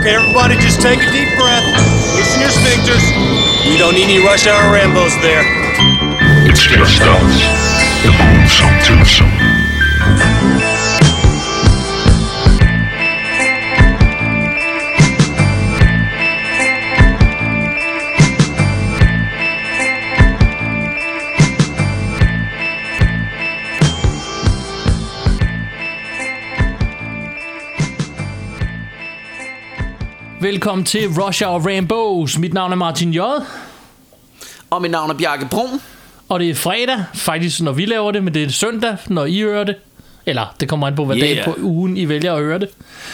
Okay, everybody just take a deep breath. Loosen your sphincters. We don't need any rush hour Rambos there. It's just us. The gruesome twosome. Velkommen til Rush Hour Rambos. Mit navn er Martin J. Og mit navn er Bjarke Brun. Og det er fredag, faktisk når vi laver det, men det er søndag, når I hører det. Eller det kommer an på, hvad dag på ugen I vælger at høre det.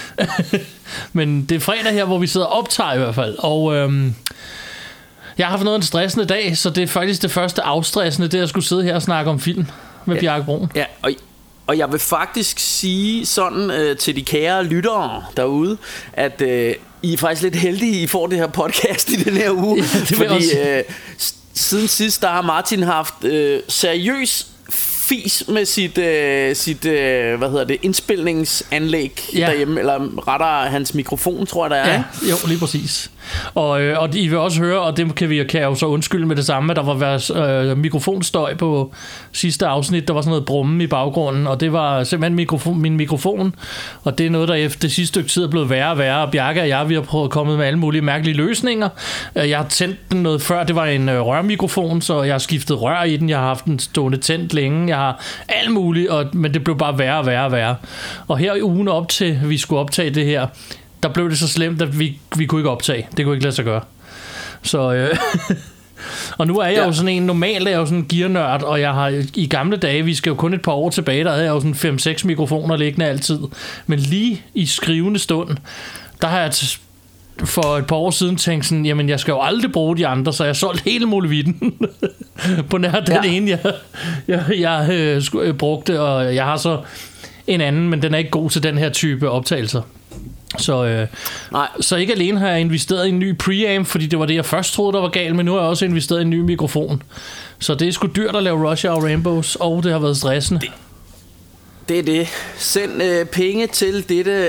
Men det er fredag her, hvor vi sidder og optager i hvert fald. Og jeg har haft noget af en stressende dag, så det er faktisk det første afstressende, det at skulle sidde her og snakke om film med Bjarke Brun. Ja, og jeg vil faktisk sige sådan til de kære lyttere derude, at I er faktisk lidt heldige, I får det her podcast i den her uge. Ja, fordi siden sidst, der har Martin haft seriøs fis med sit indspilningsanlæg derhjemme, eller rettere hans mikrofon, tror jeg der er. Ja, jo, lige præcis. Og I vil også høre, og det kan jeg jo så undskylde med det samme, at der var været mikrofonstøj på sidste afsnit. Der var sådan noget brummen i baggrunden, og det var simpelthen min mikrofon. Og det er noget, der efter det sidste stykke tid er blevet værre og værre. Og Bjarke og jeg, vi har prøvet at komme med alle mulige mærkelige løsninger. Jeg har tændt den noget før, det var en rørmikrofon, så jeg har skiftet rør i den. Jeg har haft den stående tændt længe. Jeg har alt muligt, men det blev bare værre og værre og værre. Og her i ugen op til, vi skulle optage det her, der blev det så slemt, at vi kunne ikke optage. Det kunne ikke lade sig gøre. Så og nu er jeg jo sådan en, normalt er jeg jo sådan en gearnørd, og jeg har i gamle dage, vi skal jo kun et par år tilbage, der havde jeg jo sådan 5-6 mikrofoner liggende altid. Men lige i skrivende stund, der har jeg for et par år siden tænkt sådan, jamen jeg skal jo aldrig bruge de andre, så jeg solgt hele muligheden på nær den ene, jeg brugte, og jeg har så en anden, men den er ikke god til den her type optagelser. Så ikke alene har jeg investeret i en ny preamp, fordi det var det jeg først troede der var galt, men nu har jeg også investeret i en ny mikrofon. Så det er sgu dyrt at lave Rush Hour Rambos, og det har været stressende. Det er det. Send penge til dette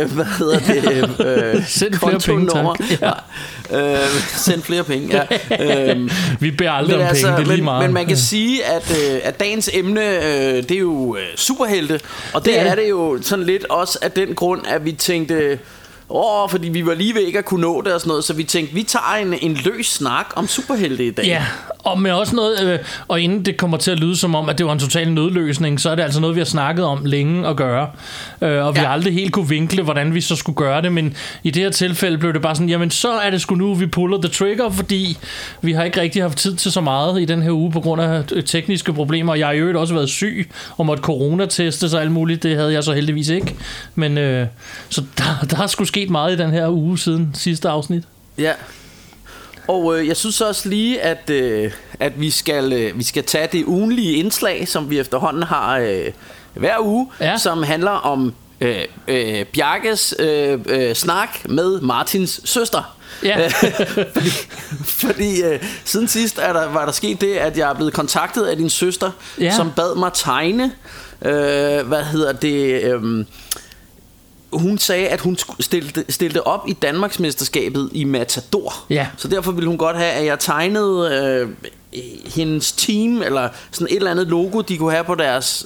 send flere penge, tak. Send flere penge, ja. Vi beder aldrig om penge, det er lige meget. Men man kan sige, at dagens emne, det er jo superhelte. Og det er det jo sådan lidt også af den grund, at vi tænkte, fordi vi var lige ved ikke at kunne nå det og sådan noget, så vi tænkte, vi tager en løs snak om superhelte i dag. Ja, og med også noget, og inden det kommer til at lyde som om, at det var en total nødløsning, så er det altså noget, vi har snakket om længe at gøre. Og vi har aldrig helt kunne vinkle, hvordan vi så skulle gøre det, men i det her tilfælde blev det bare sådan, jamen så er det sgu nu, vi puller the trigger, fordi vi har ikke rigtig haft tid til så meget i den her uge på grund af tekniske problemer. Jeg har i øvrigt også været syg og måtte coronateste og alt muligt, det havde jeg så heldigvis ikke. Men så der har sgu sket meget i den her uge siden sidste afsnit. Ja. Og jeg synes også lige, at vi skal tage det ugenlige indslag, som vi efterhånden har hver uge, som handler om Bjarkes snak med Martins søster. Ja. fordi siden sidst var der sket det, at jeg er blevet kontaktet af din søster, som bad mig tegne. Hun sagde, at hun stillede op i Danmarksmesterskabet i Matador. Ja. Så derfor ville hun godt have, at jeg tegnede hendes team, eller sådan et eller andet logo, de kunne have på deres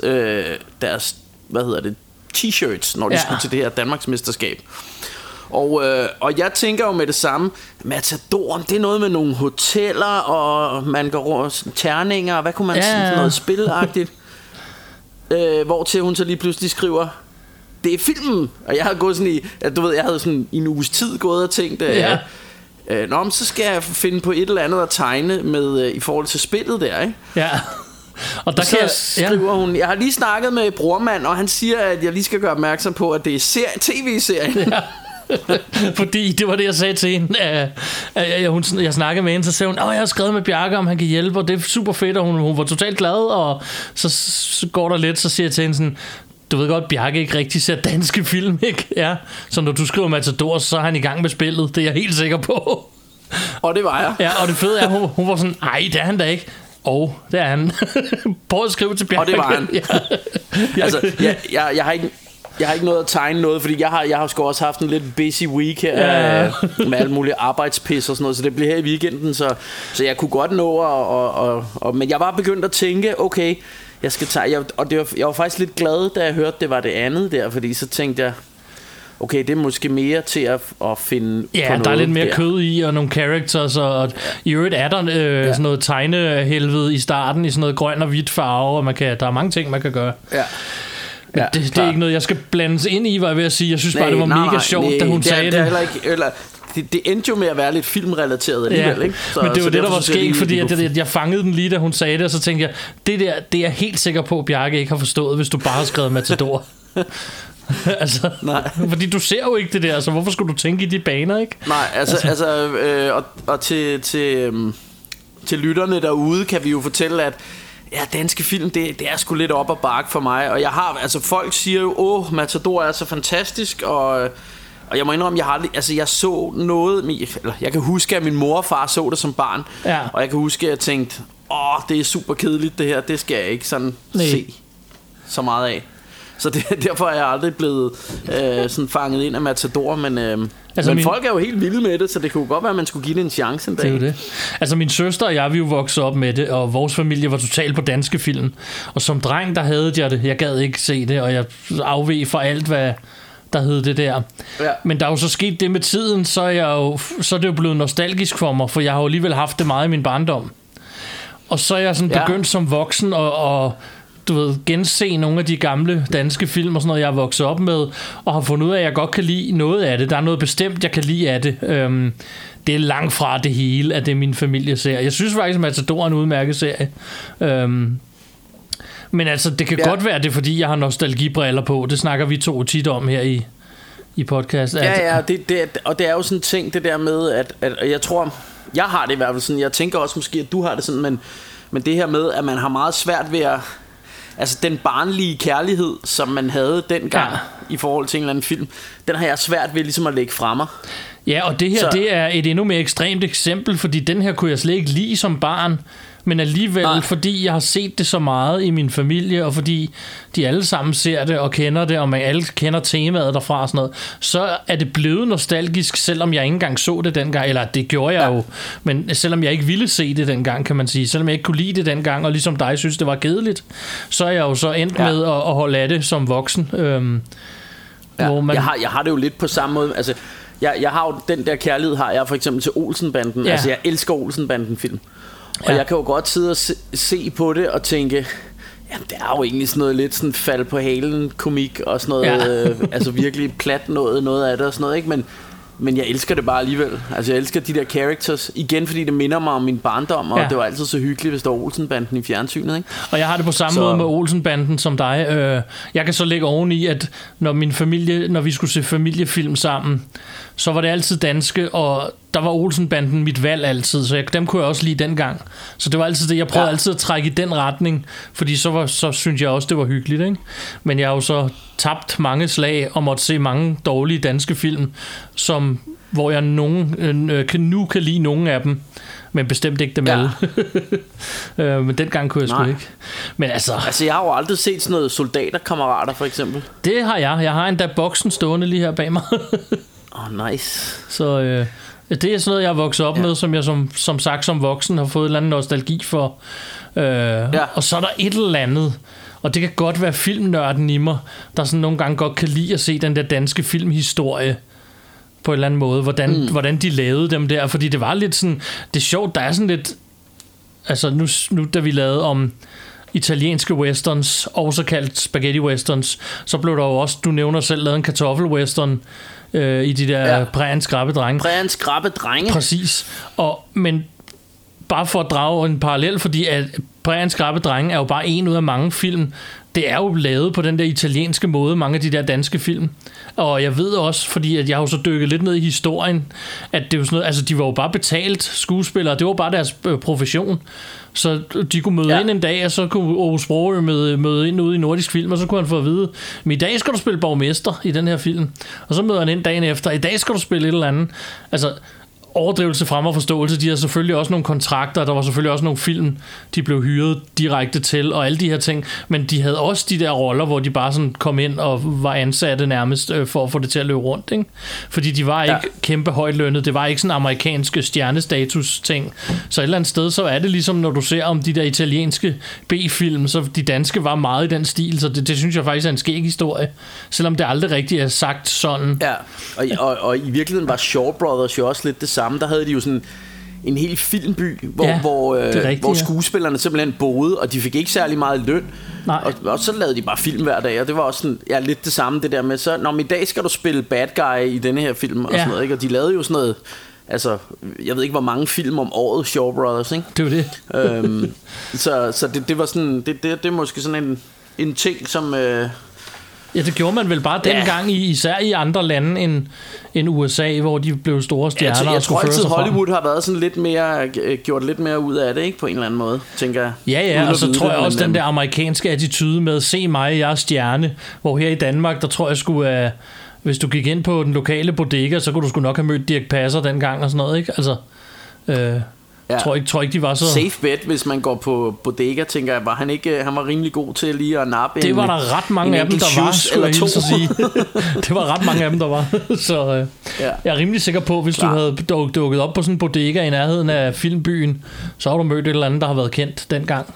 t-shirts, når de skulle til det her Danmarksmesterskab. Og jeg tænker jo med det samme, Matador, det er noget med nogle hoteller, og man går rundt, terninger, hvad kunne man sige, sådan noget spilagtigt. Hvortil hun så lige pludselig skriver, det er filmen. Og jeg havde gået sådan jeg havde sådan i en uges tid gået og tænkt, men så skal jeg finde på et eller andet at tegne med i forhold til spillet der, ikke? Ja. Og der så skriver hun, jeg har lige snakket med brormand, og han siger, at jeg lige skal gøre opmærksom på, at det er tv-serien. Ja. Fordi det var det jeg sagde til hende. Jeg snakkede med hende, så sagde hun, jeg har skrevet med Bjarke, om han kan hjælpe, og det er super fedt, og hun var totalt glad. Og så går der lidt, så siger jeg til hende sådan, du ved godt, Bjarke ikke rigtig ser danske film, ikke? Ja. Så når du skriver Matador, så er han i gang med spillet. Det er jeg helt sikker på. Og det var jeg. Ja, og det fede er, hun var sådan, ej, det er han da ikke. Det er han. Prøv at skrive til Bjarke. Og det var han. Ja. Altså, jeg har ikke... Jeg har ikke noget at tegne noget, fordi jeg har sgu også haft en lidt busy week her, med alle mulige arbejdspis og sådan noget, så det bliver her i weekenden, så jeg kunne godt nå men jeg var begyndt at tænke, okay, jeg skal tage, jeg var faktisk lidt glad, da jeg hørte, det var det andet der, fordi så tænkte jeg, okay, det er måske mere til at finde på noget. Der er lidt mere kød i, og nogle characters, og i øvrigt er der sådan noget tegnehelvede i starten, i sådan noget grøn og hvidt farve, og der er mange ting, man kan gøre. Ja, det er ikke noget, jeg skal blandes ind i, var jeg ved at sige. Jeg synes bare, det var mega sjovt, da hun sagde det. Det er heller ikke... Det endte jo med at være lidt filmrelateret alligevel, ikke? Men det var det, der var sket, fordi jeg fangede den lige, da hun sagde det, og så tænkte jeg, det er jeg helt sikker på, at Bjarke ikke har forstået, hvis du bare har skrevet Matador. Altså, nej. Fordi du ser jo ikke det der, så hvorfor skulle du tænke i de baner, ikke? Nej, og til lytterne derude kan vi jo fortælle, at danske film, det er sgu lidt op ad bakke for mig. Og folk siger jo, Matador er så fantastisk, og jeg må indrømme, jeg så noget, jeg kan huske, at min mor og far så det som barn, og jeg kan huske, at jeg tænkte, det er super kedeligt det her, det skal jeg ikke sådan se så meget af. Så derfor er jeg aldrig blevet sådan fanget ind af Matador, men folk er jo helt vilde med det, så det kunne godt være, at man skulle give det en chance en dag. Det er jo det. Altså min søster og jeg, vi jo voksede op med det, og vores familie var totalt på danske film. Og som dreng, der havde jeg det. Jeg gad ikke se det, og jeg afveg fra alt, hvad der hed det der. Ja. Men der er jo så sket det med tiden, så er det jo blevet nostalgisk for mig, for jeg har jo alligevel haft det meget i min barndom. Og så er jeg sådan begyndt som voksen og du ved, gense nogle af de gamle danske film og sådan noget, jeg har vokset op med, og har fundet ud af, at jeg godt kan lide noget af det. Der er noget bestemt, jeg kan lide af det. Det er langt fra det hele af det, min familie ser. Jeg synes faktisk, at Matador er en udmærket serie. Men altså, det kan godt være det, fordi jeg har nostalgibriller på. Det snakker vi to tit om her i podcast. Og det er jo sådan en ting, det der med, at jeg tror, jeg har det i hvert fald sådan, jeg tænker også måske, at du har det sådan, men det her med, at man har meget svært ved at, altså den barnlige kærlighed, som man havde dengang i forhold til en eller anden film, den har jeg svært ved ligesom at lægge fra mig. Ja, og det her, det er et endnu mere ekstremt eksempel, fordi den her kunne jeg slet ikke lide som barn, men alligevel, fordi jeg har set det så meget i min familie, og fordi de alle sammen ser det og kender det, og man alle kender temaet derfra og sådan noget, så er det blevet nostalgisk, selvom jeg ikke engang så det dengang, eller det gjorde jeg jo, men selvom jeg ikke ville se det dengang, kan man sige, selvom jeg ikke kunne lide det dengang, og ligesom dig synes, det var kedeligt, så er jeg jo så endt med at holde af det som voksen. Hvor man... jeg har det jo lidt på samme måde, altså jeg har jo den der kærlighed, har jeg for eksempel til Olsenbanden, altså jeg elsker Olsenbanden-film. Og jeg kan jo godt sidde og se på det og tænke, jamen det er jo egentlig sådan noget lidt sådan fald på halen komik og sådan noget, altså virkelig plat noget af det og sådan noget, ikke? Men jeg elsker det bare alligevel. Altså jeg elsker de der characters igen, fordi det minder mig om min barndom, og det var altid så hyggeligt, hvis der var Olsenbanden i fjernsynet, ikke? Og jeg har det på samme måde med Olsenbanden som dig. Jeg kan så lægge oveni, at når vi skulle se familiefilm sammen, så var det altid danske, og der var Olsenbanden mit valg altid, så dem kunne jeg også lide dengang. Så det var altid det, jeg prøvede altid at trække i den retning, fordi så synes jeg også, det var hyggeligt, ikke? Men jeg har jo så tabt mange slag og måtte se mange dårlige danske film, hvor jeg nu kan lide nogle af dem, men bestemt ikke dem alle. Men dengang kunne jeg sgu ikke. Men altså, jeg har jo aldrig set sådan noget Soldaterkammerater for eksempel. Det har jeg. Jeg har endda boksen stående lige her bag mig. Nice. Så det er sådan noget, jeg har vokset op med, som jeg som sagt som voksen har fået en eller anden nostalgi for. Og så er der et eller andet, og det kan godt være filmnørden i mig, der sådan nogle gange godt kan lide at se den der danske filmhistorie på en eller anden måde, hvordan de lavede dem der, fordi det var lidt sådan, det er sjovt, der er sådan lidt, altså nu da vi lavede om italienske westerns, også kaldt spaghetti westerns, så blev der jo også, du nævner selv, lavet en kartoffelwestern i de der Brian Skrappe Drenge. Brian Skrappe Drenge. Præcis. Men bare for at drage en parallel, fordi at Brian Skrappe Drenge er jo bare en ud af mange film. Det er jo lavet på den der italienske måde, mange af de der danske film. Og jeg ved også, fordi at jeg har jo så dykket lidt ned i historien, at det er jo sådan noget, altså de var jo bare betalt skuespillere, det var bare deres profession. Så de kunne møde ind en dag, og så kunne Ove Sprogøe møde ind ude i Nordisk Film, og så kunne han få at vide, men i dag skal du spille borgmester i den her film. Og så møder han ind dagen efter, i dag skal du spille et eller andet. Altså, overdrivelse frem og forståelse. De har selvfølgelig også nogle kontrakter, der var selvfølgelig også nogle film, de blev hyret direkte til, og alle de her ting, men de havde også de der roller, hvor de bare sådan kom ind og var ansatte nærmest for at få det til at løbe rundt, ikke? Fordi de var ikke kæmpe højt lønnet, det var ikke sådan amerikanske stjernestatus ting, så et eller andet sted, så er det ligesom, når du ser om de der italienske B-film, så de danske var meget i den stil, så det synes jeg faktisk er en skæg historie, selvom det aldrig rigtig er sagt sådan. Ja, og i virkeligheden var Shaw Brothers jo også lidt det samme. Der havde de jo sådan en hel filmby, hvor skuespillerne simpelthen boede, og de fik ikke særlig meget løn. Og så lavede de bare film hver dag, og det var også sådan, lidt det samme, det der med, så når i dag skal du spille bad guy i denne her film, og sådan noget, ikke? Og de lavede jo sådan noget, altså, jeg ved ikke, hvor mange film om året, Shaw Brothers, ikke? Det var det. Så det var sådan, det er måske sådan en ting, som... Ja, det gjorde man vel bare dengang, især i andre lande end USA, hvor de blev store stjerner. Jeg tror altid, Hollywood har været sådan lidt mere, gjort lidt mere ud af det, ikke? På en eller anden måde, tænker jeg. Ja, og så tror jeg også, den der amerikanske attitude med, se mig, jeg er stjerne, hvor her i Danmark, der tror jeg skulle, hvis du gik ind på den lokale bodega, så kunne du sgu nok have mødt Dirch Passer dengang og sådan noget, ikke? Altså... Jeg tror ikke de var så safe bet, hvis man går på bodega, tænker jeg, han var rimelig god til lige at nappe. Det var der ret mange af dem der var, skulle jeg hilse at sige. Det var ret mange af dem der var. Så jeg er rimelig sikker på, hvis du havde dukket op på sådan en bodega i nærheden af filmbyen, så har du mødt et eller andet der har været kendt dengang.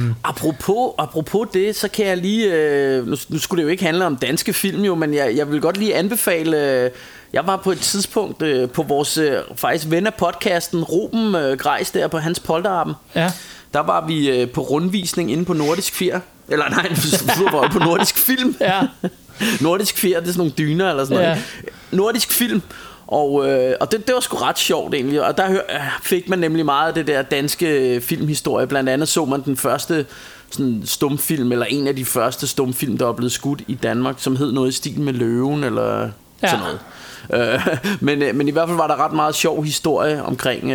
Apropos det, så kan jeg lige nu skulle det jo ikke handle om danske film jo, men jeg vil godt lige anbefale. Jeg var på et tidspunkt på vores faktisk ven af podcasten Ruben Grejs der på hans polterappen. Ja. Der var vi på rundvisning inde på Nordisk Fjer. Eller nej, var på Nordisk Film. Ja. Nordisk Fjer, det er sådan nogle dyner eller sådan noget. Nordisk Film. Og det var sgu ret sjovt egentlig. Og der fik man nemlig meget af det der danske filmhistorie. Blandt andet så man den første sådan stumfilm, eller en af de første stumfilm, der var blevet skudt i Danmark, som hed noget i stil med Løven eller sådan noget. Men i hvert fald var der ret meget sjov historie omkring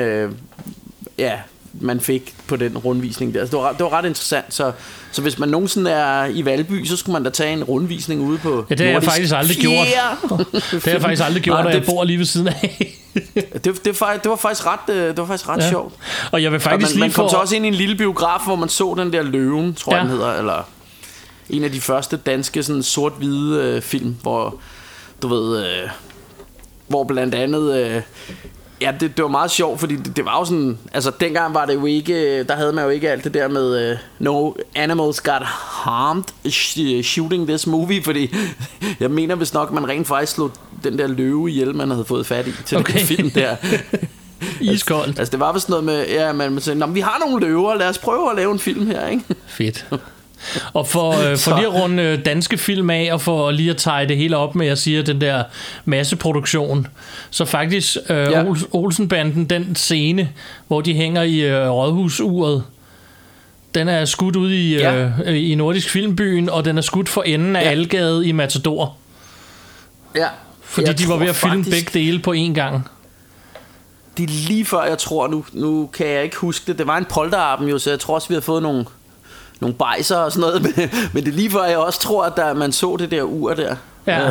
man fik på den rundvisning der. Så det var ret interessant. Så hvis man nogensinde er i Valby, så skulle man da tage en rundvisning ude på. Ja, det har jeg faktisk aldrig gjort. Det har jeg faktisk aldrig gjort, og jeg bor lige ved siden af. det var faktisk ret sjovt. Og jeg vil faktisk man kom så også ind i en lille biograf, hvor man så den der Løven, tror jeg den hedder, eller en af de første danske sådan sort-hvide film, hvor du ved hvor blandt andet det var meget sjovt, fordi det var jo sådan, altså dengang var det jo ikke, der havde man jo ikke alt det der med no animals got harmed shooting this movie, fordi jeg mener vist nok man rent faktisk slog den der løve ihjel man havde fået fat i til den film der. Iskoldt. Altså det var vist noget med man sagde, vi har nogle løver, lad os prøve at lave en film her, ikke? Fedt. Og for lige at runde danske film af, og for lige at tage det hele op med, jeg siger, den der masseproduktion, så faktisk Olsenbanden, den scene, hvor de hænger i rådhusuret, den er skudt ude i Nordisk Filmbyen, og den er skudt for enden af Algade i Matador. Ja. Fordi de var ved at filme begge dele på én gang. Det er lige før, jeg tror, nu kan jeg ikke huske det. Det var en polterappen jo, så jeg tror også, vi har fået nogle bajser og sådan noget, men det er lige før jeg også tror, at man så det der ur der. Ja.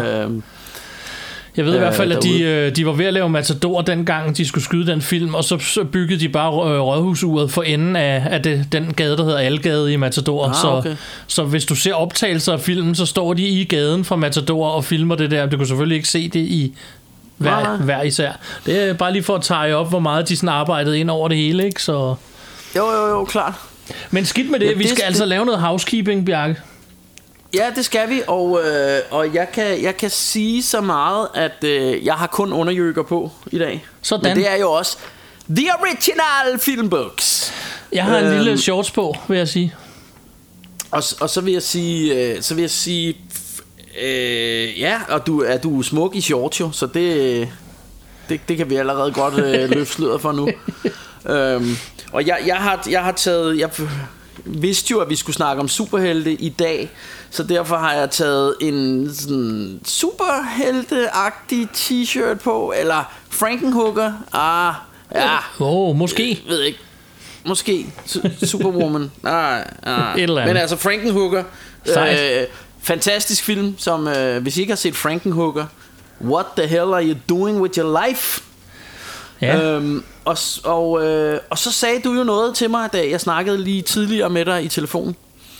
Jeg ved i hvert fald, at de var ved at lave Matador dengang, de skulle skyde den film, og så byggede de bare rådhusuret for enden af den gade, der hedder Algade i Matador. Okay. Så hvis du ser optagelser af filmen, så står de i gaden fra Matador og filmer det der. Du kan selvfølgelig ikke se det i hver især. Det er bare lige for at tage op, hvor meget de sådan arbejdede ind over det hele, ikke? Så... Jo, klart. Men skidt med det, vi skal altså lave noget housekeeping, Bjarke. Ja, det skal vi, og jeg kan sige så meget, at jeg har kun underjøkker på i dag. Sådan. Men det er jo også The Original Filmbooks. Jeg har en lille shorts på, vil jeg sige. Og så vil jeg sige, og du er smuk i shorts jo, så det kan vi allerede godt løfte sløret for nu. Og jeg har taget, jeg vidste jo, at vi skulle snakke om superhelte i dag, så derfor har jeg taget en sådan superhelte-agtig t-shirt på, eller Frankenhooker. Måske. Jeg ved ikke. Måske Superwoman. Men altså Frankenhooker. Fantastisk film, som hvis I ikke har set Frankenhooker, what the hell are you doing with your life? Ja. Og så sagde du jo noget til mig, da jeg snakkede lige tidligere med dig i telefon.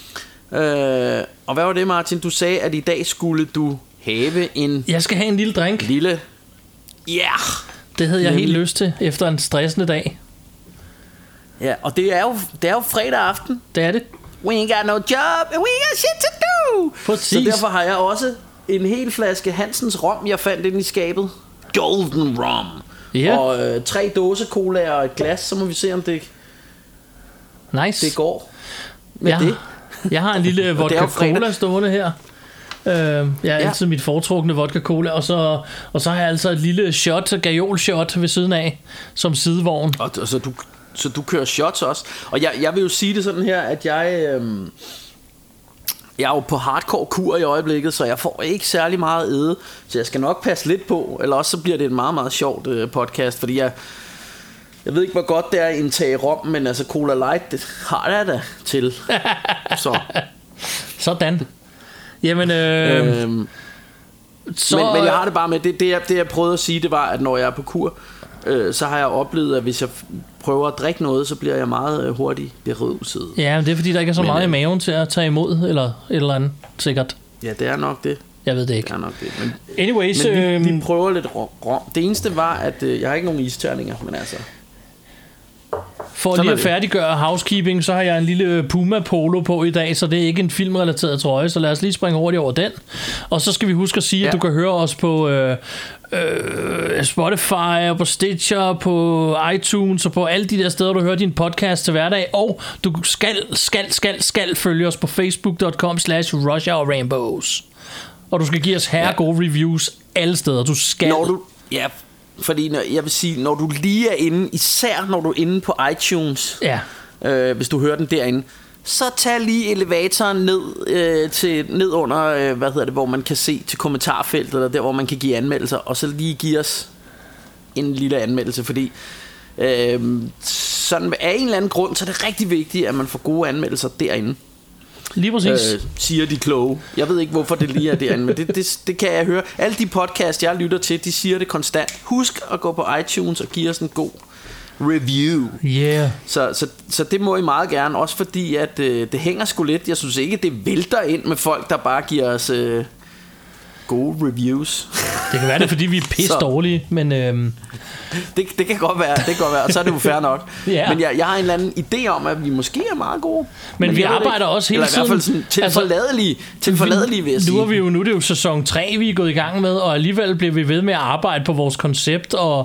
Og hvad var det, Martin? Du sagde, at i dag skulle du have en... Jeg skal have en lille drink. Ja. Yeah. Det havde jeg helt lyst til efter en stressende dag. Ja, og det er jo fredag aften. Det er det. We ain't got no job, and we ain't got shit to do. Præcis. Så derfor har jeg også en hel flaske Hansens rom, jeg fandt inde i skabet. Golden rom. Ja. Og 3 dåse cola og et glas. Så må vi se, om det går med det. Jeg har en lille vodka cola stående her. Jeg er altid mit foretrukne vodka cola. Og så har jeg altså et lille gajol shot ved siden af som sidevogn. Og så du kører shots også. Og jeg vil jo sige det sådan her, at jeg er jo på hardcore kur i øjeblikket, så jeg får ikke særlig meget at æde. Så jeg skal nok passe lidt på, eller også så bliver det en meget, meget sjovt podcast, fordi jeg ved ikke, hvor godt det er at indtage rom, men altså Cola Light, det har jeg da til. Så. Sådan. Jamen, men jeg har det bare med, det jeg prøvede at sige, det var, at når jeg er på kur, så har jeg oplevet, at hvis jeg prøver at drikke noget, så bliver jeg meget hurtigt beruset. Ja, men det er fordi, der ikke er så meget i maven til at tage imod, eller et eller andet, sikkert. Ja, det er nok det. Jeg ved det ikke. Det er nok det. Men, anyways, men vi prøver lidt rom. Det eneste var, at jeg har ikke nogen isterninger, men altså... For lige at færdiggøre housekeeping, så har jeg en lille Puma Polo på i dag, så det er ikke en filmrelateret trøje, så lad os lige springe hurtigt over den. Og så skal vi huske at sige, at du kan høre os på Spotify, og på Stitcher, på iTunes og på alle de der steder, du hører din podcast til hverdag. Og du skal følge os på facebook.com/RushHourRainbows. Og du skal give os gode reviews alle steder. Du skal... Fordi jeg vil sige, når du lige er inde, især når du er inde på iTunes, hvis du hører den derinde, så tag lige elevatoren ned under, hvor man kan se til kommentarfeltet, eller der hvor man kan give anmeldelser, og så lige give os en lille anmeldelse, fordi sådan af en eller anden grund, så er det rigtig vigtigt, at man får gode anmeldelser derinde. Lige præcis. Siger de kloge. Jeg ved ikke, hvorfor det lige er derinde, men det kan jeg høre. Alle de podcasts, jeg lytter til, de siger det konstant. Husk at gå på iTunes og give os en god review. Yeah. Så det må I meget gerne. Også fordi, at det hænger sgu lidt. Jeg synes ikke, det vælter ind med folk, der bare giver os gode reviews. Det kan være det, fordi vi er pisse dårlige, men... Det kan godt være, og så er det jo fair nok. Yeah. Men jeg har en eller anden idé om, at vi måske er meget gode. Men vi arbejder også hele tiden. Eller i hvert fald tilforladelige, vil jeg sige. Nu er det jo sæson 3, vi er gået i gang med, og alligevel bliver vi ved med at arbejde på vores koncept, og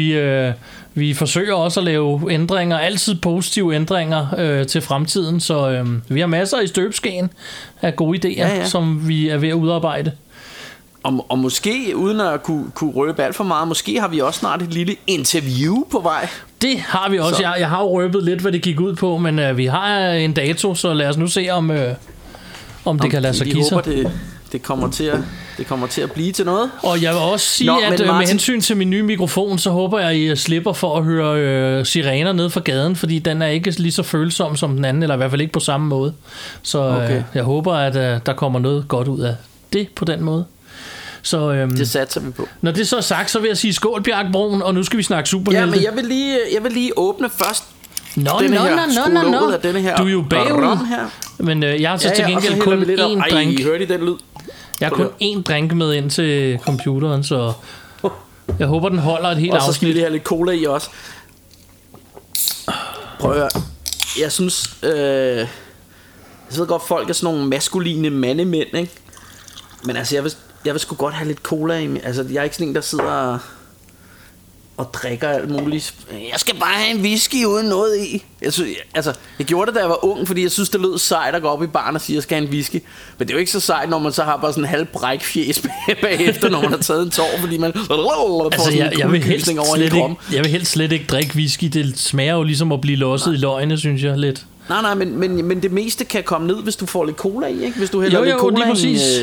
vi forsøger også at lave ændringer, altid positive ændringer til fremtiden, så vi har masser i støbeskeen af gode idéer, som vi er ved at udarbejde. Og måske, uden at kunne røbe alt for meget, måske har vi også snart et lille interview på vej. Det har vi også. Jeg har jo røbet lidt, hvad det gik ud på, men vi har en dato, så lad os nu se, om det kan lade sig give sig. Vi håber, det kommer til at blive til noget. Og jeg vil også sige, at Martin, med hensyn til min nye mikrofon, så håber jeg, at I slipper for at høre sirener ned fra gaden, fordi den er ikke lige så følsom som den anden, eller i hvert fald ikke på samme måde. Så jeg håber, at der kommer noget godt ud af det på den måde. Så, det satser vi på. Når det så er sagt, så vil jeg sige skål, Bjarke Broen, og nu skal vi snakke superhelte. Ja, men jeg vil lige åbne først. Nå. Du er jo bagud. Men jeg har så til gengæld kun én drink. I hørte den lyd? Jeg har kun én drink med ind til computeren, så jeg håber, den holder et helt afsnit. Og så skal vi lige have lidt cola i også. Prøv at høre. Jeg synes, jeg ved godt, folk er sådan nogle maskuline mandemænd, ikke? Men altså, jeg vil sgu godt have lidt cola i. Altså, jeg er ikke sådan en, der sidder og drikker alt muligt. Jeg skal bare have en whisky uden noget i. Jeg gjorde det, da jeg var ung, fordi jeg synes, det lød sejt at gå op i baren og sige, at jeg skal have en whisky. Men det er jo ikke så sejt, når man så har bare sådan en halv brækfjes bagefter, når man har taget en tår, fordi man får sådan en kuldegysning over i kroppen. Jeg vil helst slet ikke drikke whisky. Det smager jo ligesom at blive losset i løgne, synes jeg lidt. Nej, men det meste kan komme ned, hvis du får lidt cola i, ikke? Hvis du hælder lidt cola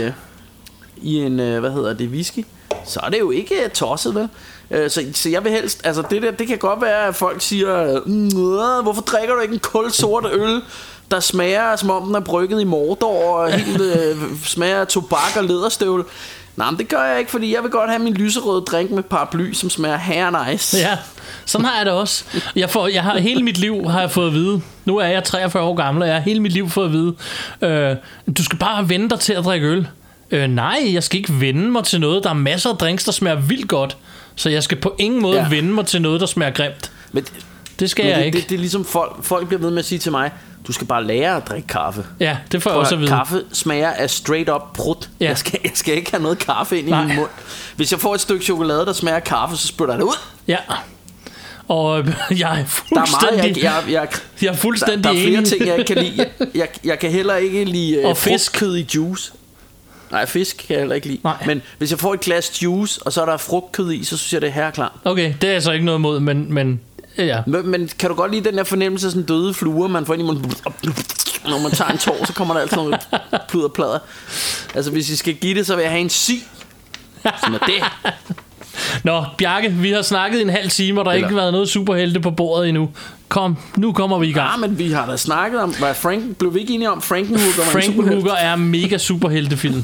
i en whisky, så er det jo ikke tosset, vel? Så jeg vil helst, altså det kan godt være, at folk siger, hvorfor drikker du ikke en kulsort øl, der smager som om den er brygget i Mordor og helt smager af tobak og læderstøvle. Nej, men det gør jeg ikke, fordi jeg vil godt have min lyserøde drink med paraply, som smager hair nice. Ja, sådan har jeg det også. Jeg har hele mit liv har jeg fået at vide. Nu er jeg 43 år gammel, og jeg har hele mit liv fået at vide. Du skal bare vende dig til at drikke øl. Nej, jeg skal ikke vende mig til noget. Der er masser af drinks, der smager vildt godt. Så jeg skal på ingen måde vende mig til noget, der smager grimt. Men det skal jeg ikke. Det er ligesom folk bliver ved med at sige til mig, du skal bare lære at drikke kaffe. Ja, det får jeg også at vide. Kaffe smager af straight up prut. Ja. Jeg skal ikke have noget kaffe ind i min mund. Hvis jeg får et stykke chokolade, der smager af kaffe, så spytter jeg det ud. Ja. Og jeg er fuldstændig jeg er fuldstændig der er flere ting, jeg ikke kan lide. Jeg kan heller ikke lide frugtkød i juice. Nej, fisk kan jeg heller ikke lide. Nej. Men hvis jeg får et glas juice, og så er der frugtkød i, så synes jeg, det er herklart. Okay, det er jeg så ikke noget imod, men ja. Men kan du godt lide den der fornemmelse af sådan døde fluer, man får ind i munden? Når man tager en tår, så kommer der altid noget pluderplader. Altså, hvis I skal give det, så vil jeg have en sig. Sådan er det. Nå, Bjarke, vi har snakket en halv time, og der har ikke været noget superhelte på bordet endnu. Kom, nu kommer vi i gang. Ja, men vi har da snakket om... Blev vi ikke enige om, Frankenhooker var en superhelte? Frankenhooker er mega superheltefilm.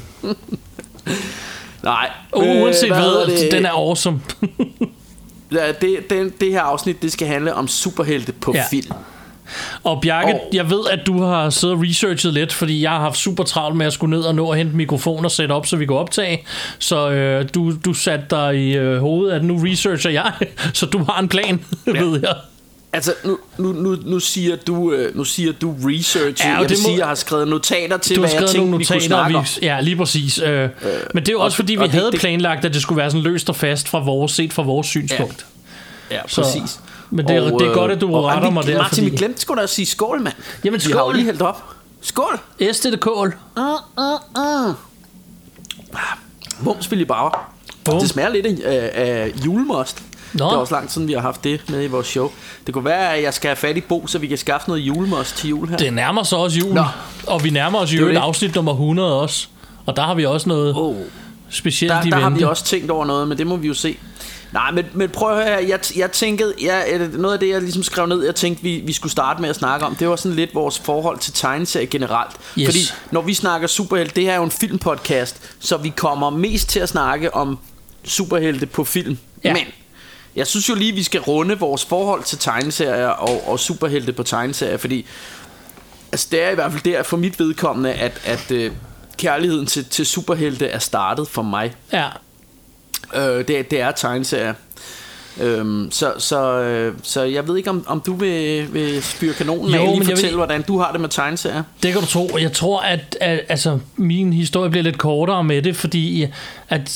Nej. Uanset hvad, den er awesome. Ja, det her afsnit, det skal handle om superhelte på film. Og Bjarke, jeg ved, at du har siddet og researchet lidt, fordi jeg har haft super travlt med at skulle ned og nå at hente mikrofon og sætte op, så vi kan optage. Så du satte dig i hovedet, at nu researcher jeg, så du har en plan, ved jeg. Altså, nu siger du research. Ja, jeg vil sige, jeg har skrevet notater til, hvad jeg tænkte, vi kunne snakke om. Ja, lige præcis. Men det er jo også, fordi vi havde planlagt, at det skulle være sådan løst og fast fra vores synspunkt. Ja, præcis. Men det er godt, at du retter mig der. Martin, vi glemte sgu da at sige skål, mand. Jamen skål. Vi har jo lige hældt op. Skål. Det kål. Bums, Billy Bauer. Det smager lidt af julemost. Nå. Det er også langt siden vi har haft det med i vores show. Det kunne være, at jeg skal have fat i Bo, så vi kan skaffe noget julemost til jul her. Det nærmer sig også jul. Nå. Og vi nærmer os jo et afsnit nummer 100 også. Og der har vi også noget specielt i vente. Der har vi også tænkt over noget, men det må vi jo se. Nej, men prøv at høre her. Jeg tænkte, noget af det, jeg ligesom skrev ned, jeg tænkte, vi skulle starte med at snakke om, det var sådan lidt vores forhold til tegneserier generelt. Yes. Fordi når vi snakker superhelte, det her er jo en filmpodcast, så vi kommer mest til at snakke om superhelte på film. Ja. Men jeg synes jo lige, vi skal runde vores forhold til tegneserier og superhelte på tegneserier, fordi altså, det er i hvert fald der for mit vedkommende, at kærligheden til superhelte er startet for mig. Ja. Det er tegneserier. Så jeg ved ikke, om du vil fyre kanonen af, lige fortælle, hvordan du har det med tegneserier. Det kan du tro. Jeg tror, at altså, min historie bliver lidt kortere med det, fordi at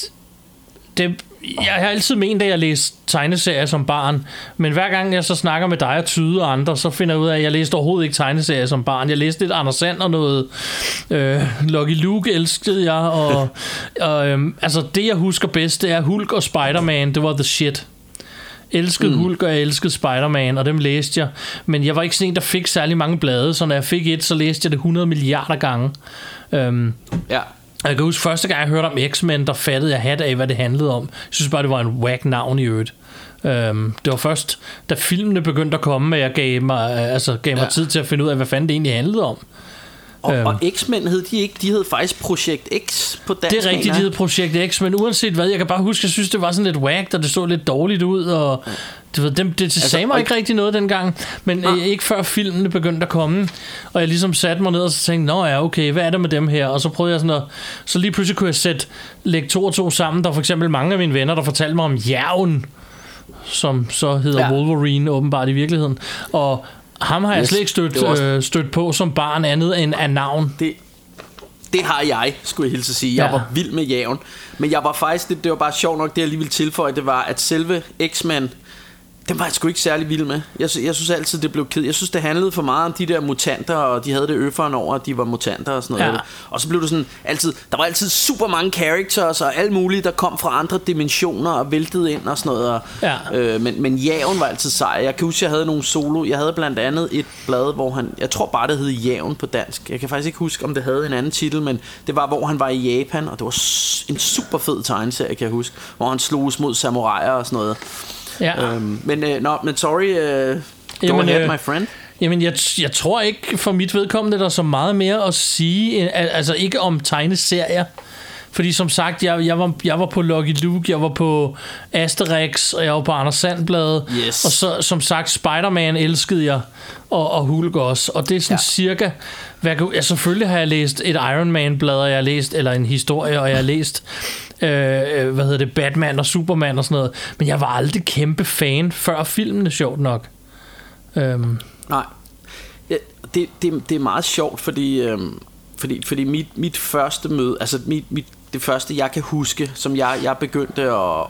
jeg har altid ment, at jeg læste tegneserier som barn, men hver gang jeg så snakker med dig og Tyde og andre, så finder jeg ud af, at jeg læste overhovedet ikke tegneserier som barn. Jeg læste lidt Anders Sand og noget Lucky Luke elskede jeg, og altså det jeg husker bedst, det er Hulk og Spider-Man. Det var the shit. Elskede Hulk, og jeg elskede Spider-Man, og dem læste jeg. Men jeg var ikke sådan en, der fik særlig mange blade, så når jeg fik et, så læste jeg det 100 milliarder gange. Ja. Jeg kan huske, første gang jeg hørte om X-Men, der fattede jeg hat af, hvad det handlede om. Jeg synes bare, det var en whack navn i øvrigt. Det var først, da filmene begyndte at komme, at jeg gav mig tid til at finde ud af, hvad fanden det egentlig handlede om. Og X-Men hed de ikke, de hed faktisk Projekt X på dansk. Det er rigtigt, de hed Projekt X, men uanset hvad, jeg kan bare huske, jeg synes, det var sådan lidt whack, og det så lidt dårligt ud, og det sagde mig ikke rigtig noget dengang, men ikke før filmene begyndte at komme, og jeg ligesom satte mig ned og så tænkte, nå ja, okay, hvad er der med dem her? Og så prøvede jeg sådan at, så lige pludselig kunne jeg lægge 2 og 2 sammen. Der var for eksempel mange af mine venner, der fortalte mig om Jærgen, som så hedder Wolverine åbenbart i virkeligheden, og ham har jeg slet ikke stødt på som barn andet end af navn. Det har jeg, skulle jeg hilse at sige. Jeg var vild med Jævn. Men jeg var faktisk, det var bare sjovt nok, det jeg lige ville tilføje, det var, at selve X-Men, den var jeg sgu ikke særlig vild med. Jeg synes altid, det blev kedeligt. Jeg synes, det handlede for meget om de der mutanter, og de havde det øfferen over, at de var mutanter og sådan noget. Ja. Og så blev det sådan, der var altid super mange characters og alt muligt, der kom fra andre dimensioner og væltede ind og sådan noget. Men Jævn var altid sej. Jeg kan huske, jeg havde nogle solo. Jeg havde blandt andet et blad, hvor jeg tror bare, det hed Jævn på dansk. Jeg kan faktisk ikke huske, om det havde en anden titel, men det var, hvor han var i Japan, og det var en super fed tegneserie, kan jeg huske, hvor han sloges mod samuraier og sådan noget. Ja. Men sorry, go ahead, my friend. Jamen, jeg tror ikke for mit vedkommende, der er så meget mere at sige, altså ikke om tegneserier, Fordi som sagt, jeg var på Lucky Luke, jeg var på Asterix, og jeg var på Anders Sandblad. Yes. Og så som sagt, Spider-Man elskede jeg, og Hulk også. Og det er sådan cirka... selvfølgelig har jeg læst et Iron Man-blad, og jeg har læst, eller en historie, og jeg har læst... Batman og Superman og sådan noget. Men jeg var aldrig kæmpe fan før filmene, sjovt nok. Nej. Ja, det er meget sjovt, fordi mit første møde, altså det første jeg kan huske, som jeg begyndte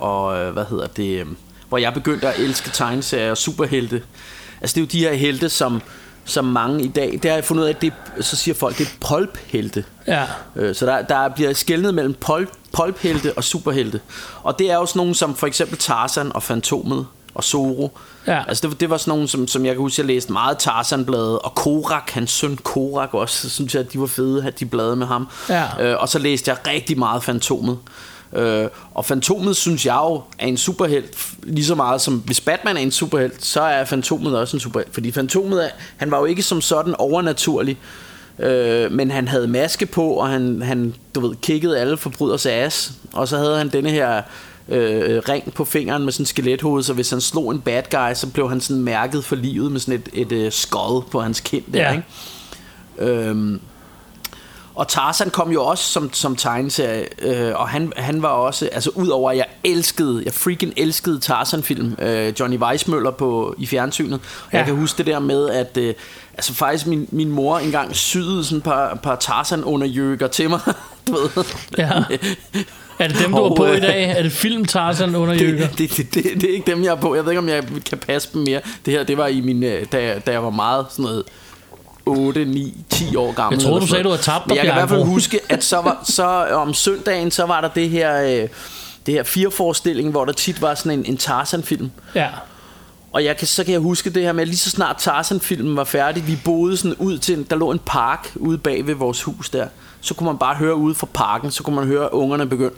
hvor jeg begyndte at elske tegneserier og superhelte. Altså det er jo de her helte, som mange i dag, det har jeg fundet ud af, så siger folk, det er pulp-helte. Ja. Så der bliver skelnet mellem pulp-helte og superhelte. Og det er jo sådan nogle som for eksempel Tarzan og Fantomet og Zorro. Ja. Altså det var sådan nogle, som jeg kan huske, jeg læste meget Tarzan-blade, og Korak, hans søn Korak også, synes jeg, at de var fede, at de blade med ham. Ja. Og så læste jeg rigtig meget Fantomet. Og Fantomet synes jeg jo er en superhelt lige så meget som hvis Batman er en superhelt, så er Fantomet også en superhelt. Fordi Fantomet, han var jo ikke som sådan overnaturlig, men han havde maske på, og han kiggede alle forbryders ass. Og så havde han denne her ring på fingeren med sådan et skelethoved, så hvis han slog en bad guy, så blev han sådan mærket for livet med sådan et skod på hans kind der, ikke? Og Tarzan kom jo også som tegneserie, og han var også, altså udover at jeg freaking elskede Tarzan-film, Johnny Weissmuller i fjernsynet. Ja. Jeg kan huske det der med, at altså faktisk min mor engang syede sådan et par Tarzan-underjøkker til mig, du ved. Ja. Er det dem, du har på i dag? Er det film Tarzan underjøkker? Det er ikke dem, jeg har på. Jeg ved ikke, om jeg kan passe dem mere. Det her, det var i min, da jeg var meget sådan noget 8, 9, 10 år gammel. Jeg tror du sagde, du havde tabt dig. Men jeg kan i hvert fald huske, at så om søndagen, så var der det her 4-forestilling, hvor der tit var sådan en Tarzan-film. Ja. Og så kan jeg huske det her med, lige så snart Tarzan-filmen var færdig, vi boede sådan ud til, der lå en park ude bag ved vores hus der. Så kunne man bare høre ude fra parken, så kunne man høre ungerne begynde,